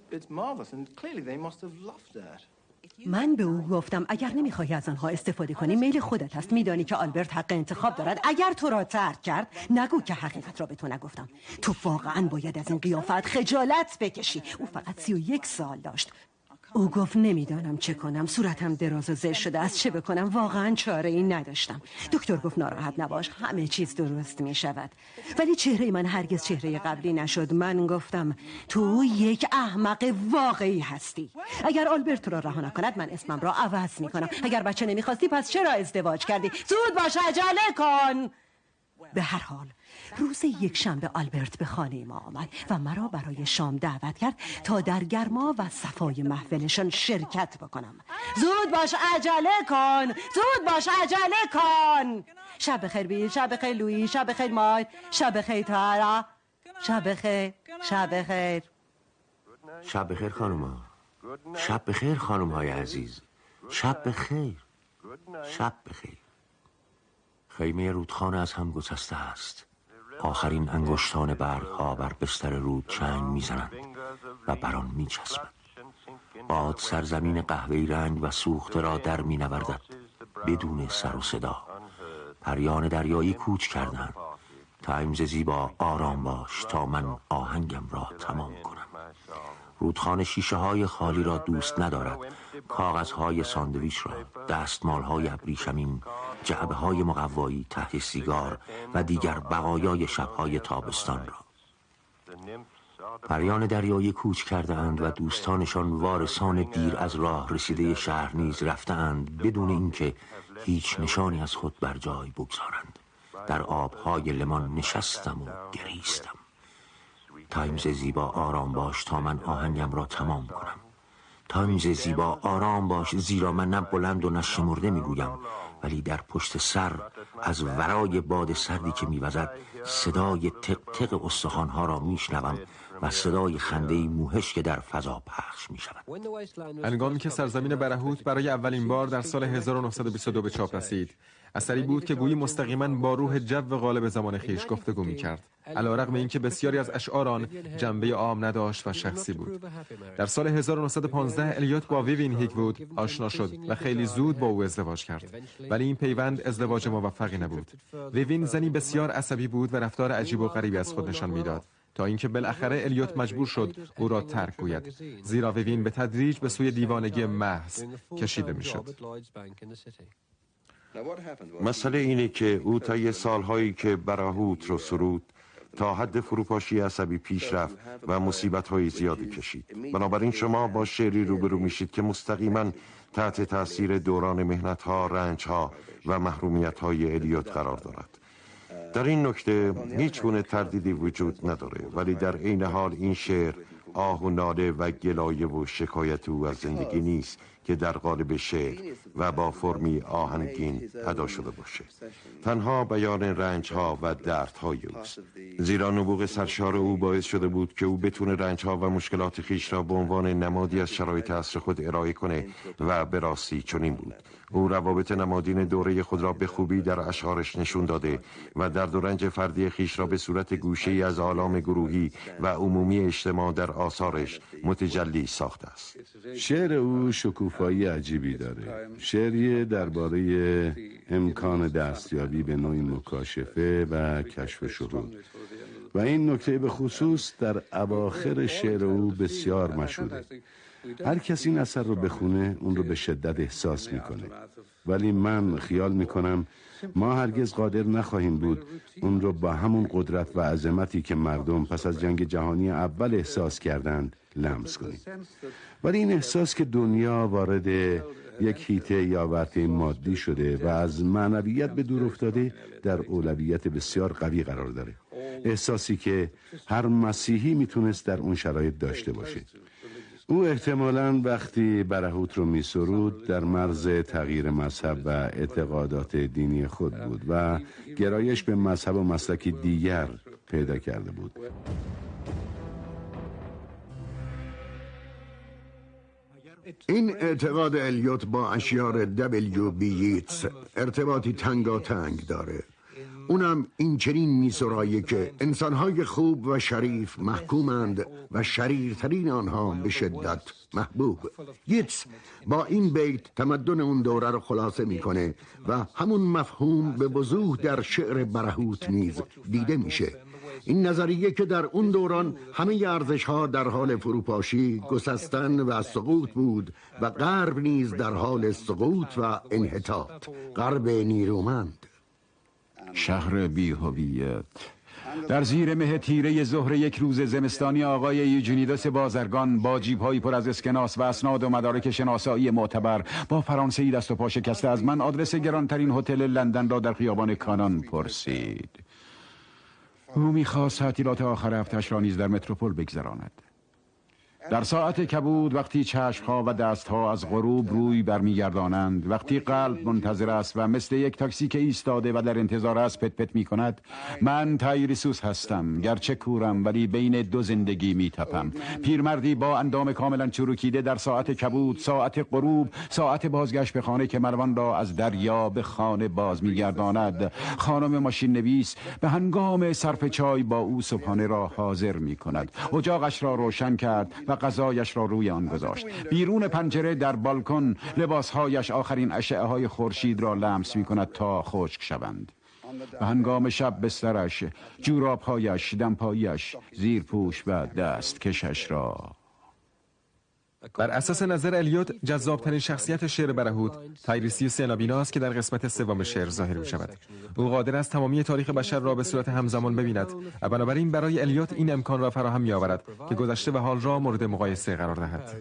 من به او گفتم اگر نمیخوای از آنها استفاده کنی میل خودت هست. میدانی که آلبرت حق انتخاب دارد. اگر تو را ترک کرد نگو که حقیقت را به تو نگفتم. تو واقعا باید از این قیافت خجالت بکشی. او فقط 31 سال داشت. او گفت نمیدانم چه کنم، صورتم دراز و زشت شده است، چه بکنم؟ واقعا چاره ای نداشتم. دکتر گفت ناراحت نباش، همه چیز درست می شود. ولی چهره من هرگز چهره قبلی نشد. من گفتم تو یک احمق واقعی هستی. اگر آلبرت را رها نکند من اسمم را عوض می کنم. اگر بچه نمیخواستی پس چرا ازدواج کردی؟ زود باش، عجله کن. به هر حال روز یک شنبه آلبرت به خانه ما آمد و مرا برای شام دعوت کرد تا در گرما و صفای محفلشان شرکت بکنم. زود باش، عجله کن. زود باش، عجله کن. شب بخیر بیل، شب بخیر لویی، شب بخیر ماید، شب بخیر تارا، شب بخیر، شب بخیر. شب بخیر خانوما. شب بخیر خانوم‌های عزیز. شب بخیر. شب بخیر. خیمه رودخانه از هم گسسته است. آخرین انگشتان برگ‌ها بر بستر رود چنگ می‌زنند و بر آن می‌چسبند. باد سرزمین قهوه‌ای رنگ و سوخته را در می‌نوردد بدون سر و صدا. پریان دریایی کوچ کردند. تایمز زیبا آرام باش تا من آهنگم را تمام کنم. رودخانه شیشه‌های خالی را دوست ندارد. کاغذهای ساندویچ را، دستمال‌های ابریشمین، جعبه‌های مقوایی، ته سیگار و دیگر بقایای شب‌های تابستان را. پریان دریایی کوچ کرده اند و دوستانشان وارثان دیر از راه رسیده شهر نیز رفته اند بدون اینکه هیچ نشانی از خود بر جای بگذارند. در آبهای لمان نشستم و گریستم. تایمز زیبا آرام باش تا من آهنگم را تمام کنم. تایمز زیبا آرام باش، زیرا من نه بلند و نه شمرده میگویم، ولی در پشت سر از ورای باد سردی که میوزد صدای تق تق استخوان‌ها را میشنوم و صدای خنده‌ای موهش که در فضا پخش میشود. هنگامی که سرزمین برهوت برای اولین بار در سال 1922 به چاپ رسید، اثری بود که گویی مستقیما با روح جو غالب زمان خیش گفتگو می‌کرد، علی‌رغم اینکه بسیاری از اشعار آن جنبه عام نداشت و شخصی بود. در سال 1915 الیوت با ویوین هیگوود آشنا شد و خیلی زود با او ازدواج کرد، ولی این پیوند ازدواج موفقی نبود. ویوین زنی بسیار عصبی بود و رفتار عجیب و غریبی از خود نشان میداد، تا اینکه بالاخره الیوت مجبور شد او را ترک گوید، زیرا ویوین به تدریج به سوی دیوانگی محض کشیده میشد. مسئله اینه که او طی سالهایی که برهوت رو سرود تا حد فروپاشی عصبی پیش رفت و مصیبت‌های زیادی کشید. بنابراین شما با شعری روبرو میشید که مستقیما تحت تاثیر دوران مهنت‌ها، رنج‌ها و محرومیت‌های الیوت قرار دارد. در این نکته هیچ گونه تردیدی وجود نداره، ولی در عین حال این شعر آه و ناله و گلایه و شکایت او از زندگی نیست که در قالب شعر و با فرمی آهنگین ادا شده باشه. تنها بیان رنج‌ها و دردهای اوست، زیرا نبوغ سرشار او باعث شده بود که او بتونه رنج‌ها و مشکلات خیش را به عنوان نمادی از شرایط عصر خود ارائه کنه و به راستی چنین بود. او روابط نمادین دوره خود را به خوبی در اشعارش نشون داده و درد و رنج فردی خیش را به صورت گوشه‌ای از آلام گروهی و عمومی اجتماع در آثارش متجلی ساخته است. شعر او شکوفایی عجیبی داره. شعری درباره امکان دستیابی به نوعی مکاشفه و کشف شهود، و این نکته به خصوص در اواخر شعر او بسیار مشهوده. هر کسی این اثر رو بخونه اون رو به شدت احساس میکنه، ولی من خیال میکنم ما هرگز قادر نخواهیم بود اون رو با همون قدرت و عظمتی که مردم پس از جنگ جهانی اول احساس کردند لمس کنیم. ولی این احساس که دنیا وارد یک هیته یا ورطه مادی شده و از معنویت به دور افتاده در اولویت بسیار قوی قرار داره. احساسی که هر مسیحی میتونست در اون شرایط داشته باشه. او احتمالاً وقتی برهوت رو می سرود در مرز تغییر مذهب و اعتقادات دینی خود بود و گرایش به مذهب و مسلکی دیگر پیدا کرده بود. این اعتقاد الیوت با اشعار W.B. ییتس ارتباطی تنگاتنگ داره. اونم این چنین می‌سرایه که انسان‌های خوب و شریف محکومند و شریرترین آنها به شدت محبوب. ییتس با این بیت تمدن اون دوره رو خلاصه میکنه و همون مفهوم به وضوح در شعر برهوت نیز دیده میشه. این نظریه که در اون دوران همه ارزش‌ها در حال فروپاشی، گسستن و سقوط بود و غرب نیز در حال سقوط و انحطاط. غرب نیرومند، شهر بی‌هویت. در زیر مه تیره ظهر یک روز زمستانی آقای یوجینیدس بازرگان با جیب‌هایی پر از اسکناس و اسناد و مدارک شناسایی معتبر با فرانسه‌ای دست و پا شکسته از من آدرس گرانترین هتل لندن را در خیابان کانان پرسید. او می‌خواست تعطیلات آخر هفته‌اش را نیز در متروپول بگذراند. در ساعت کبود، وقتی چشم‌ها و دست‌ها از غروب روی برمیگردانند، وقتی قلب منتظر است و مثل یک تاکسی که ایستاده و در انتظار است پت پت می‌کند، من تایریسوس هستم، گرچه کورم ولی بین دو زندگی می‌تپم. پیرمردی با اندام کاملا چروکیده در ساعت کبود، ساعت غروب، ساعت بازگشت به خانه که مروان را از دریا به خانه باز می‌گرداند. خانم ماشین نویس به هنگام صرف چای با او صبحانه را حاضر می‌کند. اجاقش را روشن کرد و غذایش را روی آن گذاشت. بیرون پنجره در بالکن لباسهایش آخرین اشعه‌های خورشید را لمس می‌کند تا خشک شوند. به هنگام شب بسترش، جوراب‌هایش، دمپایی‌اش، زیرپوش و دستکشش را بر اساس نظر الیوت جذابترین شخصیت شعر برهوت تایریسیوس نابینا است که در قسمت سوم شعر ظاهر می شود. او قادر است تمامی تاریخ بشر را به صورت همزمان ببیند و بنابراین برای الیوت این امکان را فراهم می آورد که گذشته و حال را مورد مقایسه قرار دهد.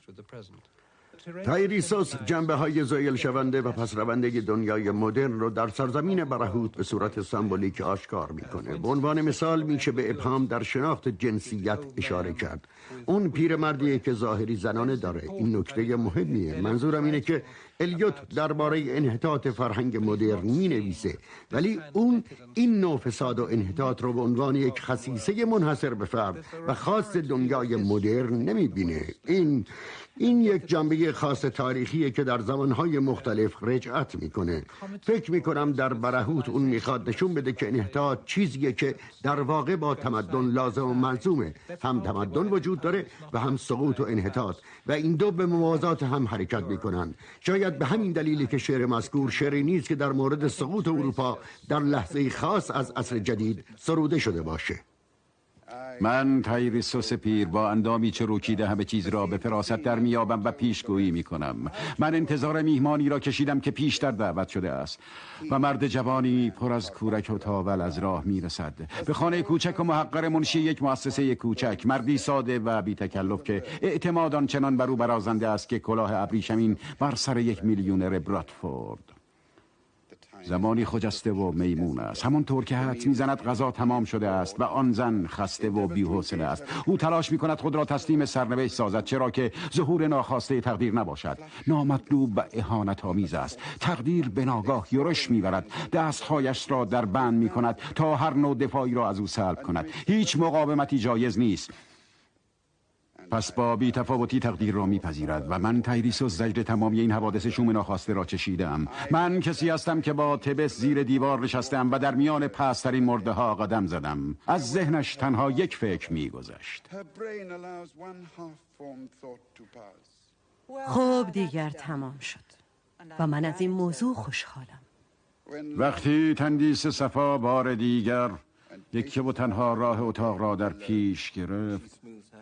تایریسوس جنبه های زایل شونده و پس رونده دنیای مدرن رو در سرزمین برهوت به صورت سمبولیک آشکار میکنه. به عنوان مثال میشه به ابهام در شناخت جنسیت اشاره کرد. اون پیرمردیه که ظاهری زنانه داره. این نکته مهمیه. منظورم اینه که الیوت درباره انحطاط فرهنگ مدرن می نویسه، ولی اون این نوع فساد و انحطاط رو به عنوان یک خصیصه منحصر به فرد و خاص دنیای مدرن نمی بینه. این یک جنبه خاص تاریخیه که در زمانهای مختلف رجعت میکنه. فکر میکنم در برهوت اون میخواد نشون بده که انحطاط چیزیه که در واقع با تمدن لازم و ملزومه. هم تمدن وجود داره و هم سقوط و انحطاط و این دو به موازات هم حرکت میکنن. شاید به همین دلیلی که شعر مذکور شعری نیست که در مورد سقوط اروپا در لحظه خاص از عصر جدید سروده شده باشه. من تایریسوس پیر با اندامی چروکیده همه چیز را به فراست در میابم و پیشگویی میکنم. من انتظار میهمانی را کشیدم که پیشتر دعوت شده است و مرد جوانی پر از کورک و تاول از راه میرسد به خانه کوچک و محقر منشی یک مؤسسه کوچک. مردی ساده و بی تکلف که اعتماد آنچنان بر او برازنده است که کلاه ابریشمین بر سر یک میلیونر برادفورد. زمانی خجسته و میمون است. همونطور که حدس میزند غذا تمام شده است و آن زن خسته و بی‌حوصله است. او تلاش میکند خود را تسلیم سرنوشت سازد، چرا که ظهور ناخواسته تقدیر نباشد. نامطلوب و اهانت آمیز است. تقدیر به ناگاه یورش میبرد، دستهایش را در بند میکند تا هر نوع دفاعی را از او سلب کند. هیچ مقاومتی جایز نیست. پس با بی تفاوتی تقدیر را میپذیرد و من تایریسوس زجر تمامی این حوادث شوم ناخواسته را چشیدم. من کسی هستم که با تبس زیر دیوار نشستم و در میان پسترین مرده ها قدم زدم. از ذهنش تنها یک فکر میگذشت. خب دیگر تمام شد و من از این موضوع خوشحالم. وقتی تندیس صفا بار دیگر یکی و تنها راه اتاق را در پیش گرفت،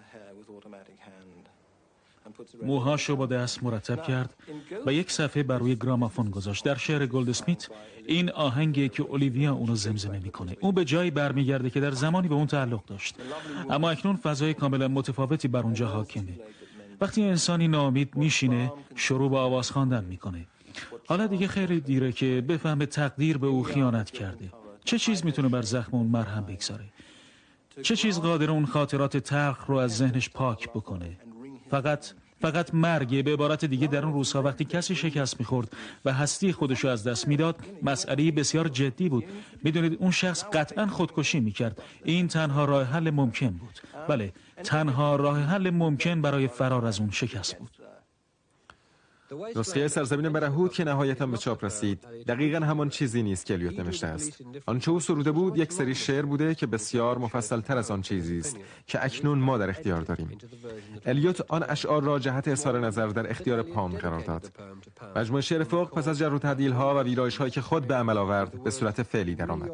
موهاشو با دست مرتب کرد و یک صفحه بر روی گرامافون گذاشت. در شعر گلدسمیت این آهنگی که اولیویا اونو زمزمه میکنه. اون به جایی برمیگرده که در زمانی به اون تعلق داشت، اما اکنون فضای کاملا متفاوتی بر اونجا حاکمه. وقتی انسانی ناامید میشینه شروع به آواز خواندن میکنه. حالا دیگه خیلی دیره که بفهمه تقدیر به او خیانت کرده. چه چیز میتونه بر زخم اون مرهم بگذاره؟ چه چیز قادر اون خاطرات تلخ رو از ذهنش پاک بکنه؟ فقط مرگ. به عبارت دیگه در اون روزها وقتی کسی شکست میخورد و هستی خودشو از دست میداد مسئله بسیار جدی بود. میدونید اون شخص قطعا خودکشی میکرد. این تنها راه حل ممکن بود. بله، تنها راه حل ممکن برای فرار از اون شکست بود. نسخه سرزمین برهوت که نهایتاً به چاپ رسید دقیقاً همان چیزی نیست که الیوت نوشته است. آنچه او سروده بود یک سری شعر بوده که بسیار مفصل‌تر از آن چیزی است که اکنون ما در اختیار داریم. الیوت آن اشعار را جهت اظهار نظر در اختیار پام قرار داد. مجموعه شعر فوق پس از جر و تعدیل‌ها و ویرایش‌هایی که خود به عمل آورد به صورت فعلی درآمد.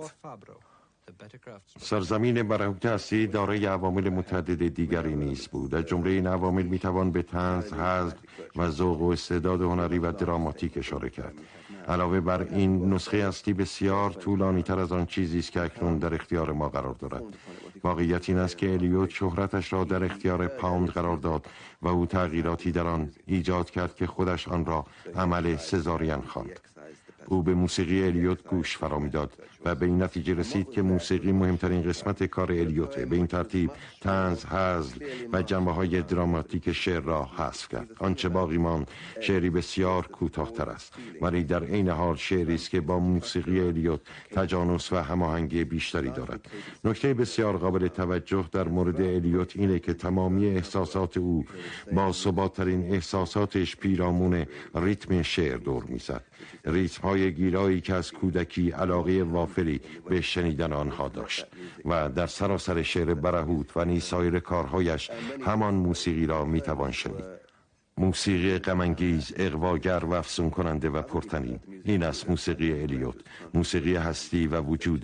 سرزمین برهوت اصلی دارای عوامل متعدد دیگری نیز بود. از جمله این عوامل میتوان به طنز، حزم و ذوق و استعداد هنری و دراماتیک اشاره کرد. علاوه بر این نسخه اصلی بسیار طولانی تر از آن چیزی است که اکنون در اختیار ما قرار دارد. واقعیت این است که الیوت شهرتش را در اختیار پاوند قرار داد و او تغییراتی در آن ایجاد کرد که خودش آن را عمل سزارین خواند. او به موسیقی الیوت گوش فرا می‌داد و به این نتیجه رسید که موسیقی مهمترین قسمت کار الیوته. به این ترتیب طنز، هزل و جنبه‌های دراماتیک شعر را حذف کرد. آنچه باقی ماند شعری بسیار کوتاه‌تر است، ولی در عین حال شعری است که با موسیقی الیوت تجانس و هماهنگی بیشتری دارد. نکته بسیار قابل توجه در مورد الیوت اینه که تمامی احساسات او با ثبات‌ترین احساساتش پیرامون ریتم شعر دور می‌زد. ریتم‌های گیرایی که از کودکی علاقه وافری به شنیدن آنها داشت و در سراسر شعر برهوت و نیز سایر کارهایش همان موسیقی را میتوان شنید. موسیقی غم‌انگیز، اغواگر و افسون کننده و پرطنین. این است موسیقی الیوت، موسیقی هستی و وجود او.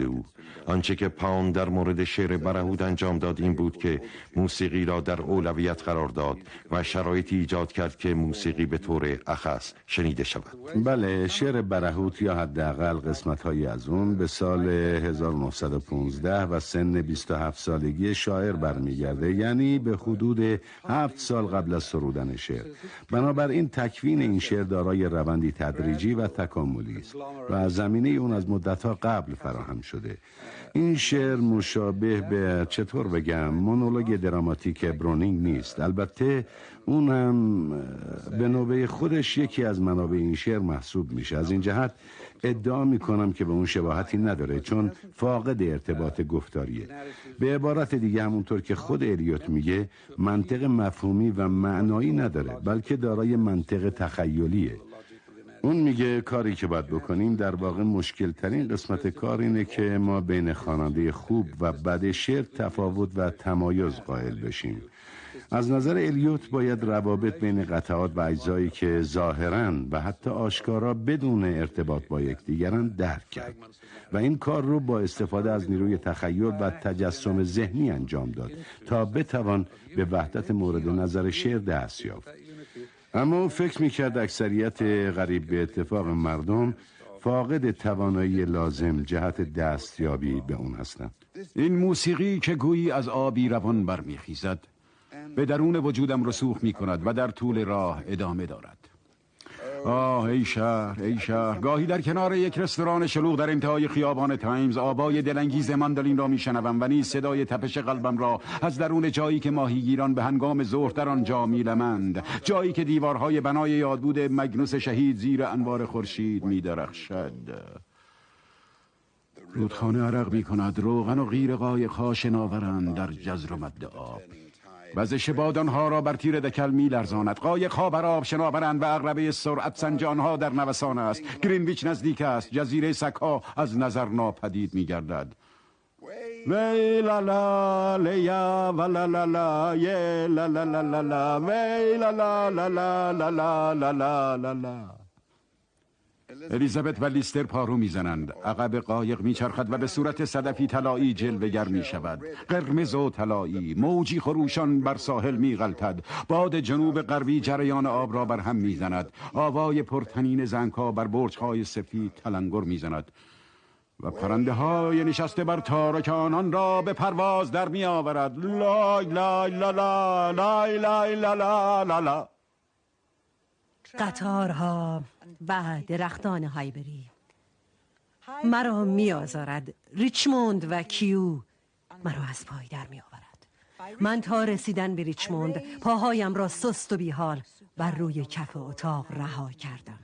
آنچه که پاوند در مورد شعر برهوت انجام داد این بود که موسیقی را در اولویت قرار داد و شرایطی ایجاد کرد که موسیقی به طور اخص شنیده شود. بله، شعر برهوت یا حداقل قسمت‌هایی از اون به سال 1915 و سن 27 سالگی شاعر برمیگرده، یعنی به حدود 7 سال قبل از سرودن شعر. بنابراین تکوین این شعر دارای روندی تدریجی و تکاملی است و زمینه اون از مدت‌ها قبل فراهم شده. این شعر مشابه به چطور بگم مونولوگ دراماتیک برونینگ نیست. البته اونم به نوبه خودش یکی از منابع این شعر محسوب میشه. از این جهت ادعا میکنم که به اون شباهتی نداره، چون فاقد ارتباط گفتاریه. به عبارت دیگه همونطور که خود الیوت میگه منطق مفهومی و معنایی نداره، بلکه دارای منطق تخیلیه. اون میگه کاری که باید بکنیم در واقع مشکل ترین قسمت کار اینه که ما بین خواننده خوب و بد شعر تفاوت و تمایز قائل بشیم. از نظر الیوت باید روابط بین قطعات و اجزایی که ظاهراً و حتی آشکارا بدون ارتباط با یکدیگرند درک کرد و این کار رو با استفاده از نیروی تخیل و تجسم ذهنی انجام داد تا بتوان به وحدت مورد نظر شعر دست یافت. اما او فکر میکرد اکثریت غریب به اتفاق مردم فاقد توانایی لازم جهت دستیابی به اون هستند. این موسیقی که گویی از آبی روان برمیخیزد به درون وجودم رسوخ میکند و در طول راه ادامه دارد. آه ای شهر، ای شهر. گاهی در کنار یک رستوران شلوغ در انتهای خیابان تایمز آوای دلانگیز ماندولین را میشنوم و نیز صدای تپش قلبم را از درون جایی که ماهیگیران به هنگام ظهر در آنجا میلمند، جایی که دیوارهای بنای یادبود مگنوس شهید زیر انوار خورشید میدرخشد. رودخانه عرق میکند، روغن و غیر قایق‌ها شناورند در جزر و مد آب. وزش بادانها را بر تیر دکل می لرزاند. قایق‌ها بر آب شناورند و عقربه سرعت سنجانها در نوسان است. گرینویچ نزدیک است. جزیره سگ‌ها از نظر ناپدید می گردد. وی لا لا لیا و لا لا لا یه لا لا لا لا لا وی لا لا لا لا لا لا لا لا لا. الیزابت و لیستر پارو میزنند. عقب قایق میچرخد و به صورت صدفی طلایی جلوه‌گر میشود. قرمز و طلایی، موجی خروشان بر ساحل میغلطد. باد جنوب غربی جریان آب را بر هم میزند. آوای پرتنین زنگ‌ها بر برج‌های سفید تلنگر میزند و پرنده های نشسته بر تارک آنان را به پرواز در میآورد. لای لای لا لا لای لای لا لا لا لا. قطارها و درختان هایبری مرا می آزارد. ریچموند و کیو مرا از پای در می آورد. من تا رسیدن به ریچموند پاهایم را سست و بیحال بر روی کف اتاق رها کردم.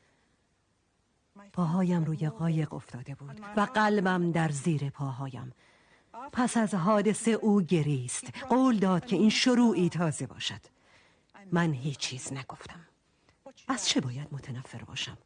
پاهایم روی قایق افتاده بود و قلبم در زیر پاهایم. پس از حادثه او گریست. قول داد که این شروعی تازه باشد. من هیچ چیز نگفتم. از چه باید متنفر باشم؟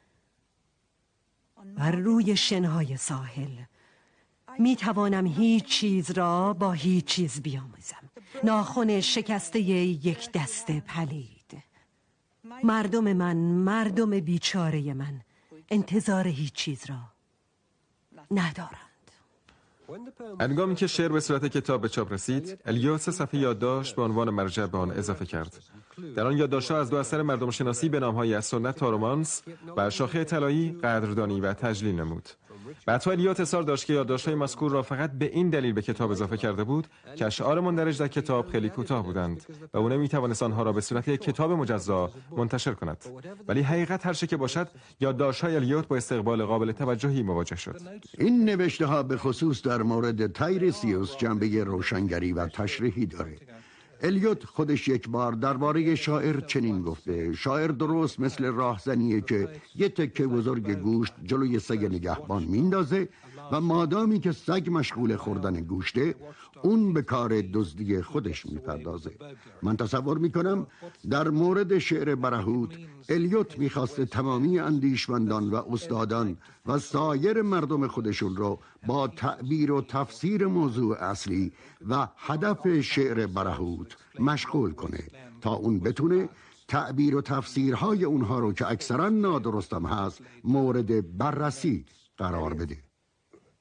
بر روی شنهای ساحل می توانم هیچ چیز را با هیچ چیز بیاموزم. ناخن شکسته یک دست پلید. مردم من، مردم بیچاره من انتظار هیچ چیز را ندارند. هنگامی که شعر به صورت کتاب به چاپ رسید، الیوت 3 صفحه یادداشت به عنوان مرجع به آن اضافه کرد. در آن یادداشت‌ها از 2 اثر مردم شناسی به نام‌های از سنت تا رمانس و شاخه طلایی قدردانی و تجلیل نمود. بعدها الیوت اصرار داشت که یادداشت‌های مذکور را فقط به این دلیل به کتاب اضافه کرده بود که اشعار مندرج در کتاب خیلی کوتاه بودند و او نمی‌توانست آنها را به صورت یک کتاب مجزا منتشر کند. ولی حقیقت هر چه که باشد، یادداشت‌های الیوت با استقبال قابل توجهی مواجه شد. این نوشته‌ها به خصوص در مورد تایریسیوس جنبه روشنگری و تشریحی داره. الیوت خودش یک بار درباره شاعر چنین گفته: شاعر درست مثل راهزنیه که یه تکه بزرگ گوشت جلوی سگ نگهبان میندازه و مادامی که سگ مشغول خوردن گوشته، اون به کار دزدی خودش میپردازه. من تصور میکنم در مورد شعر برهوت الیوت میخواسته تمامی اندیشمندان و استادان و سایر مردم خودشون رو با تعبیر و تفسیر موضوع اصلی و هدف شعر برهوت مشغول کنه تا اون بتونه تعبیر و تفسیرهای اونها رو که اکثرا نادرستم هست مورد بررسی قرار بده.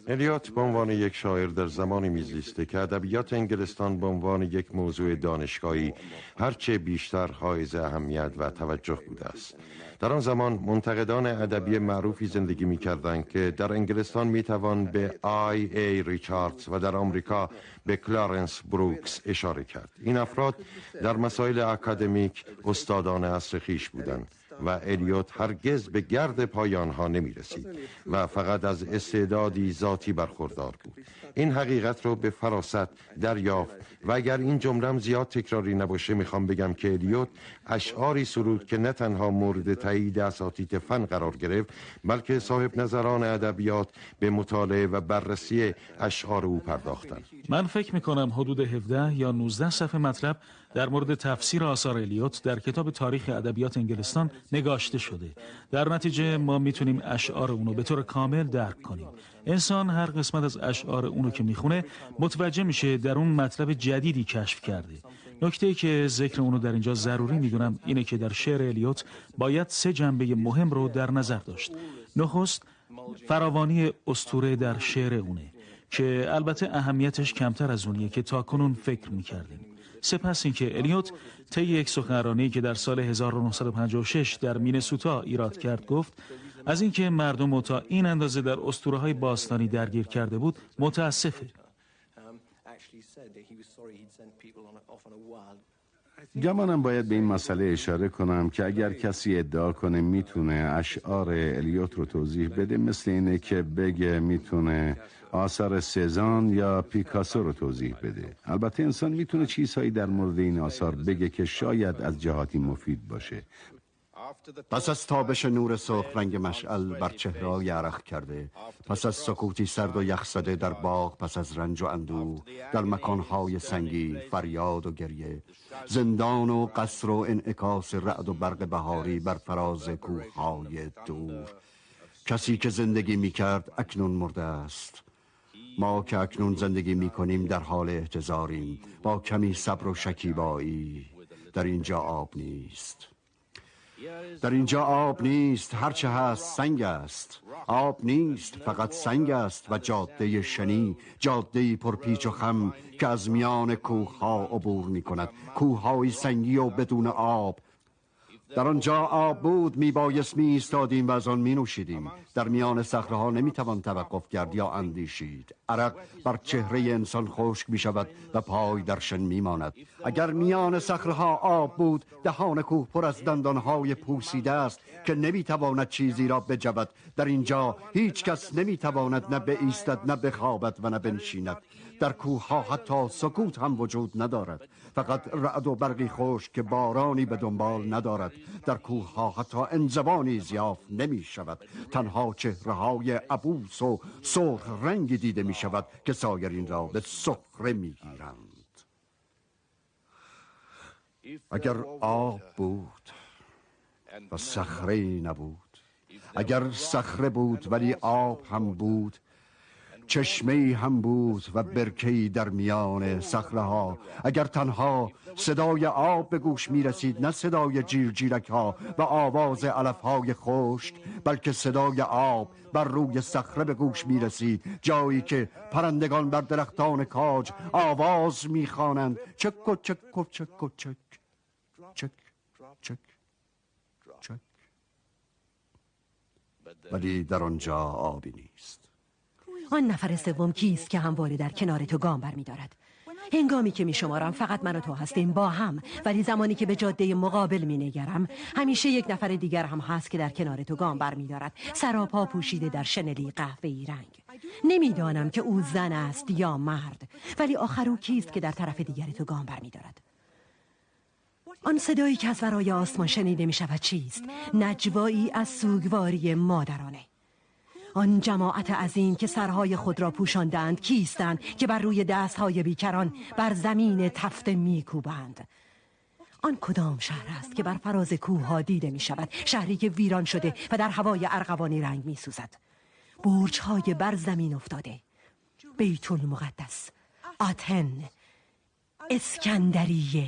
الیوت به عنوان یک شاعر در زمانی میزیسته که ادبیات انگلستان به عنوان یک موضوع دانشگاهی هرچه بیشتر حائز اهمیت و توجه بوده است. در آن زمان منتقدان ادبی معروفی زندگی می‌کردند که در انگلستان می‌توان به ای ریچاردز و در آمریکا به کلارنس بروکس اشاره کرد. این افراد در مسائل اکادمیک استادان عصر خویش بودند و الیوت هرگز به گرد پای آنها نمی رسید و فقط از استعدادی ذاتی برخوردار بود. این حقیقت رو به فراست دریافت و اگر این جمله‌ام زیاد تکراری نباشه میخوام بگم که الیوت اشعاری سرود که نه تنها مورد تایید اساتید فن قرار گرفت بلکه صاحب نظران ادبیات به مطالعه و بررسی اشعار او پرداختند. من فکر میکنم حدود 17 یا 19 صفحه مطلب در مورد تفسیر آثار الیوت در کتاب تاریخ ادبیات انگلستان نگاشته شده. در نتیجه ما میتونیم اشعار اونو به طور کامل درک کنیم. انسان هر قسمت از اشعار اونو که میخونه متوجه میشه در اون مطلب جدیدی کشف کرده. نکته‌ای که ذکر اونو در اینجا ضروری میدونم اینه که در شعر الیوت باید 3 جنبه مهم رو در نظر داشت. نخست فراوانی اسطوره در شعر اونه که البته اهمیتش کمتر از اونیه که تاکنون فکر میکردیم. سپس اینکه الیوت طی یک سخنرانی که در سال 1956 در مینسوتا ایراد کرد گفت از اینکه مردم تا این اندازه در اسطوره‌های باستانی درگیر کرده بود متاسفه. گمانم باید به این مسئله اشاره کنم که اگر کسی ادعا کنه میتونه اشعار الیوت رو توضیح بده مثل اینه که بگه میتونه آثار سزان یا پیکاسو رو توضیح بده. البته انسان میتونه چیزهایی در مورد این آثار بگه که شاید از جهاتی مفید باشه. پس از تابش نور سرخ رنگ مشعل بر چهره‌های عرق کرده، پس از سکوتی سرد و یخزده در باغ، پس از رنج و اندوه در مکانهای سنگی، فریاد و گریه، زندان و قصر و انعکاس رعد و برق بهاری بر فراز کوههای دور. کسی که زندگی می‌کرد اکنون مرده است. ما که اکنون زندگی می‌کنیم در حال احتضاریم. با کمی صبر و شکیبایی. در اینجا آب نیست. در اینجا آب نیست، هرچه هست سنگ است. آب نیست، فقط سنگ است و جاده شنی، جاده پرپیچ و خم که از میان کوه‌ها عبور می‌کند. کوه‌های سنگی و بدون آب. در آنجا آب بود میبایست ایستادیم و از آن نوشیدیم. در میان صخره‌ها نمیتوان توقف کرد یا اندیشید. عرق بر چهره انسان خشک میشود و پای در شن میماند. اگر میان صخره‌ها آب بود، دهان کوه پر از دندانهای پوسیده است که نمیتواند چیزی را بجود. در اینجا هیچ کس نمیتواند نه بایستد، نه بخوابد و نه بنشیند. در کوه‌ها حتی سکوت هم وجود ندارد، فقط رعد و برقی خشک که بارانی به دنبال ندارد. در کوه‌ها حتی انزوانی یافت نمی شود، تنها چهره‌های عبوس و سرخ رنگی دیده می شود که سایرین را به سخره می گیرند. اگر آب بود و صخره نبود، اگر صخره بود ولی آب هم بود، چشمه‌ای هم بود و برکه‌ای در میان صخره‌ها، اگر تنها صدای آب به گوش می‌رسید، نه صدای جیرجیرک‌ها و آواز علف‌های خشک، بلکه صدای آب بر روی صخره به گوش می‌رسید، جایی که پرندگان بر درختان کاج آواز می‌خوانند چک و چک و چک و چک چک چک چک. ولی در آنجا آبی نیست. آن نفر سوم کیست که همواره در کنار تو گام بر می دارد؟ هنگامی که می شمارم فقط من و تو هستیم با هم، ولی زمانی که به جاده مقابل می نگرم همیشه یک نفر دیگر هم هست که در کنار تو گام بر می دارد، سراپا پوشیده در شنلی قهوه‌ای رنگ. نمیدانم که او زن است یا مرد، ولی آخر او کیست که در طرف دیگر تو گام بر می دارد؟ آن صدایی که از ورای آسمان شنیده می شود چیست؟ نجوایی از سوگواری مادرانه. آن جماعت عظیم که سرهای خود را پوشاندند کیستند که بر روی دستهای بیکران بر زمین تفته میکوبند؟ آن کدام شهر است که بر فراز کوه‌ها دیده می شود، شهری که ویران شده و در هوای ارغوانی رنگ می سوزد؟ برج‌های بر زمین افتاده، بیت المقدس، آتن، اسکندریه،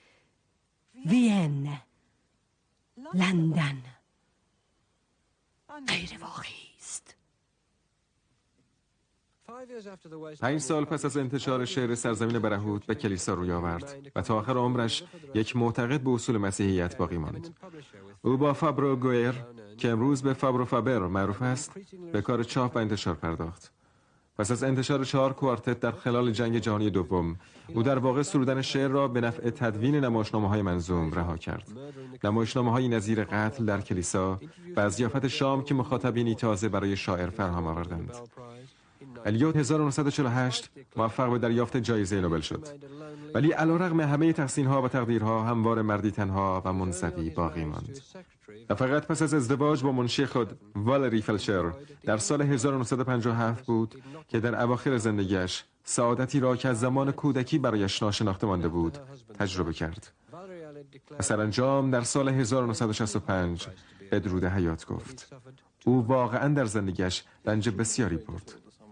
وین، لندن. غیر واقعی است. 5 سال پس از انتشار شعر سرزمین برهوت به کلیسا روی آورد و تا آخر عمرش یک معتقد به اصول مسیحیت باقی ماند. او با فابرو گویر که امروز به فابرو فابر معروف است به کار چاپ و انتشار پرداخت. پس از انتشار 4 کوارتت در خلال جنگ جهانی دوم، او در واقع سرودن شعر را به نفع تدوین نمایشنامه‌های منظوم رها کرد. نمایشنامه‌های نظیر قتل در کلیسا و از ضیافت شام که مخاطبینی تازه برای شاعر فراهم آوردند. الیوت 1948 موفق به دریافت جایزه نوبل شد، ولی علیرغم همه تحسین‌ها و تقدیرها همواره مردی تنها و منزوی باقی ماند. و فقط پس از ازدواج با منشی خود والری فلشر در سال 1957 بود که در اواخر زندگیش سعادتی را که از زمان کودکی برایش ناشناخته مانده بود تجربه کرد. و سرانجام در سال 1965 بدرود حیات گفت. او واقعا در زندگیش رنج بسیاری برد.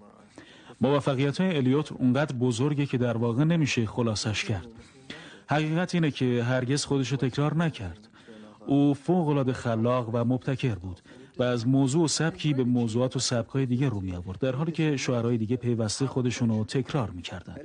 موفقیت‌های الیوت اونقدر بزرگه که در واقع نمیشه خلاصش کرد. حقیقت اینه که هرگز خودشو تکرار نکرد. او فوق‌العاده خلاق و مبتکر بود و از موضوع و سبکی به موضوعات و سبک‌های دیگه رو می‌آورد، در حالی که شاعرای دیگه پیوسته خودشونو تکرار می‌کردن.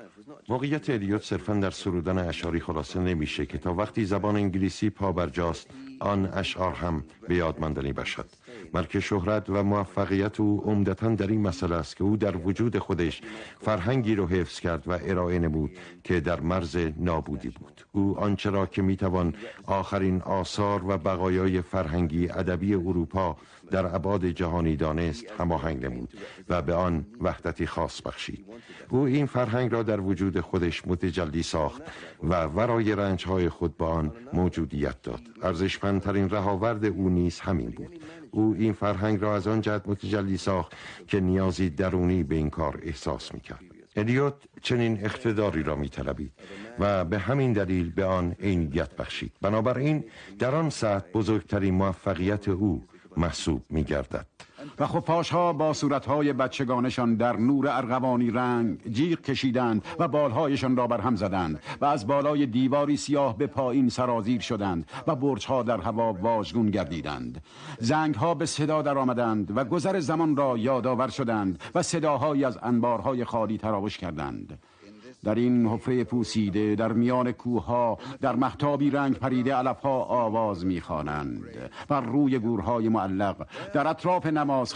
واقعیت الیوت صرفاً در سرودن اشعاری خلاصه نمیشه که تا وقتی زبان انگلیسی پا برجاست آن اشعار هم به یاد ماندنی باشد. بلکه شهرت و موفقیت او عمدتاً در این مسئله است که او در وجود خودش فرهنگی رو حفظ کرد و ارائه نمود که در مرز نابودی بود. او آنچه را که میتوان آخرین آثار و بقایای فرهنگی ادبی اروپا در ابعاد جهانی دانست هماهنگ نمود و به آن وحدتی خاص بخشید. او این فرهنگ را در وجود خودش متجلی ساخت و ورای رنجهای خود با آن موجودیت داد. ارزشمندترین رهاورد او نیز همین بود. او این فرهنگ را از آن جهت متجلی ساخت که نیازی درونی به این کار احساس میکرد. الیوت چنین اقتداری را میطلبید و به همین دلیل به آن عینیت بخشید. بنابراین در آن سطح بزرگترین موفقیت او محسوب می‌گردد. و خفاش‌ها با صورت‌های بچگانشان در نور ارغوانی رنگ جیغ کشیدند و بالهایشان را بر هم زدند و از بالای دیواری سیاه به پایین سرازیر شدند و برج‌ها در هوا واژگون گردیدند. زنگ‌ها به صدا در آمدند و گذر زمان را یادآور شدند و صداهایی از انبارهای خالی تراوش کردند. در این حفره پوسیده در میان کوه‌ها در مهتابی رنگ پریده علف‌ها آواز می‌خوانند. بر روی گورهای معلق در اطراف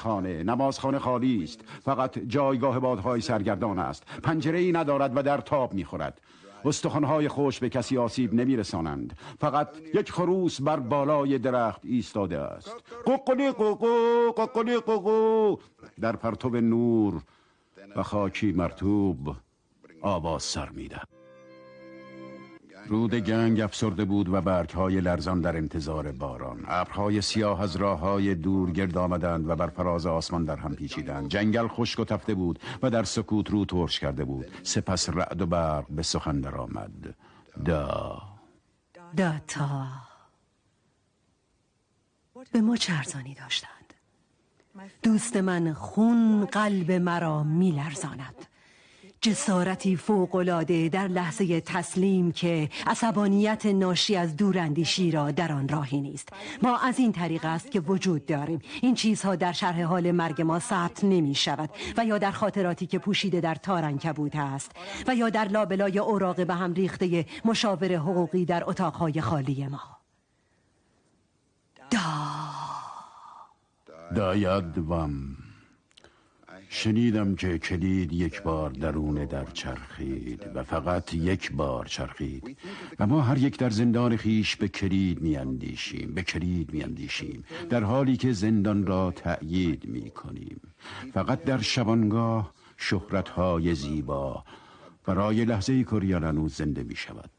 نمازخانه خالی است، فقط جایگاه بادهای سرگردان است. پنجره‌ای ندارد و در تاب می‌خورد. استخوان‌های خوش به کسی آسیب نمی‌رسانند. فقط یک خروس بر بالای درخت ایستاده است. قوقلی قوقو قوقلی قوقو در پرتو نور و خاکی مرطوب آواز سر می‌دهد. رود گنگ افسرده بود و برگ‌های لرزان در انتظار باران. ابرهای سیاه از راه‌های دور گرد آمدند و بر فراز آسمان در هم پیچیدند. جنگل خشک و تفته بود و در سکوت رو ترش کرده بود. سپس رعد و برق به سخن درآمد. تا به ما چرزانی داشتند. دوست من خون قلب مرا می‌لرزاند. جسارتی فوق‌العاده در لحظه تسلیم که عصبانیت ناشی از دوراندیشی را در آن راهی نیست. ما از این طریق است که وجود داریم. این چیزها در شرح حال مرگ ما ثبت نمی شود و یا در خاطراتی که پوشیده در تار عنکبوت است و یا در لابلای اوراق به هم ریخته مشاور حقوقی در اتاقهای خالی ما. دایدوم شنیدم که کلید یک بار درون در چرخید و فقط یک بار چرخید و ما هر یک در زندان خیش به کلید میاندیشیم در حالی که زندان را تأیید میکنیم. فقط در شبانگاه شهرت‌های زیبا برای لحظه کوریالانو زنده میشود.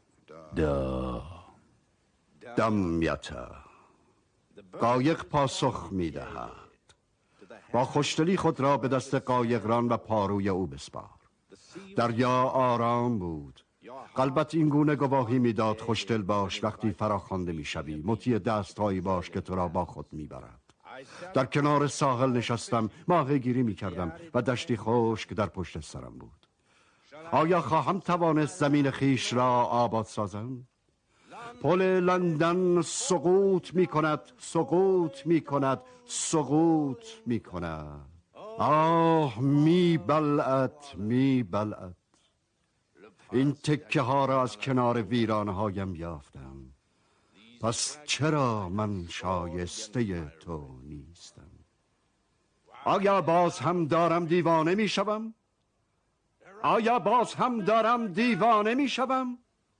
دمیتا قایق پاسخ میدهد. با خوشدلی خود را به دست قایقران و پاروی او بسپار. دریا آرام بود. قلبت این گونه گواهی میداد خوشدل باش وقتی فراخوانده میشوی. مطیع دستهایی باش که تو را با خود میبرد. در کنار ساحل نشستم، ماهی گیری میکردم و دشتی خشک در پشت سرم بود. آیا خواهم توانست زمین خیش را آباد سازم؟ پل لندن سقوط می کند. آه می بلعت می بلعت. این تکه ها را از کنار ویرانه هایم یافتم. پس چرا من شایسته تو نیستم؟ آیا باز هم دارم دیوانه می شوم؟ آیا باز هم دارم دیوانه می شوم؟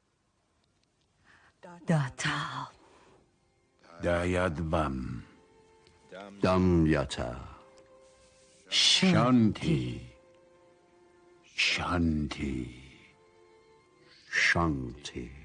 داتا دایدبم دمیتا شانتی شانتی شانتی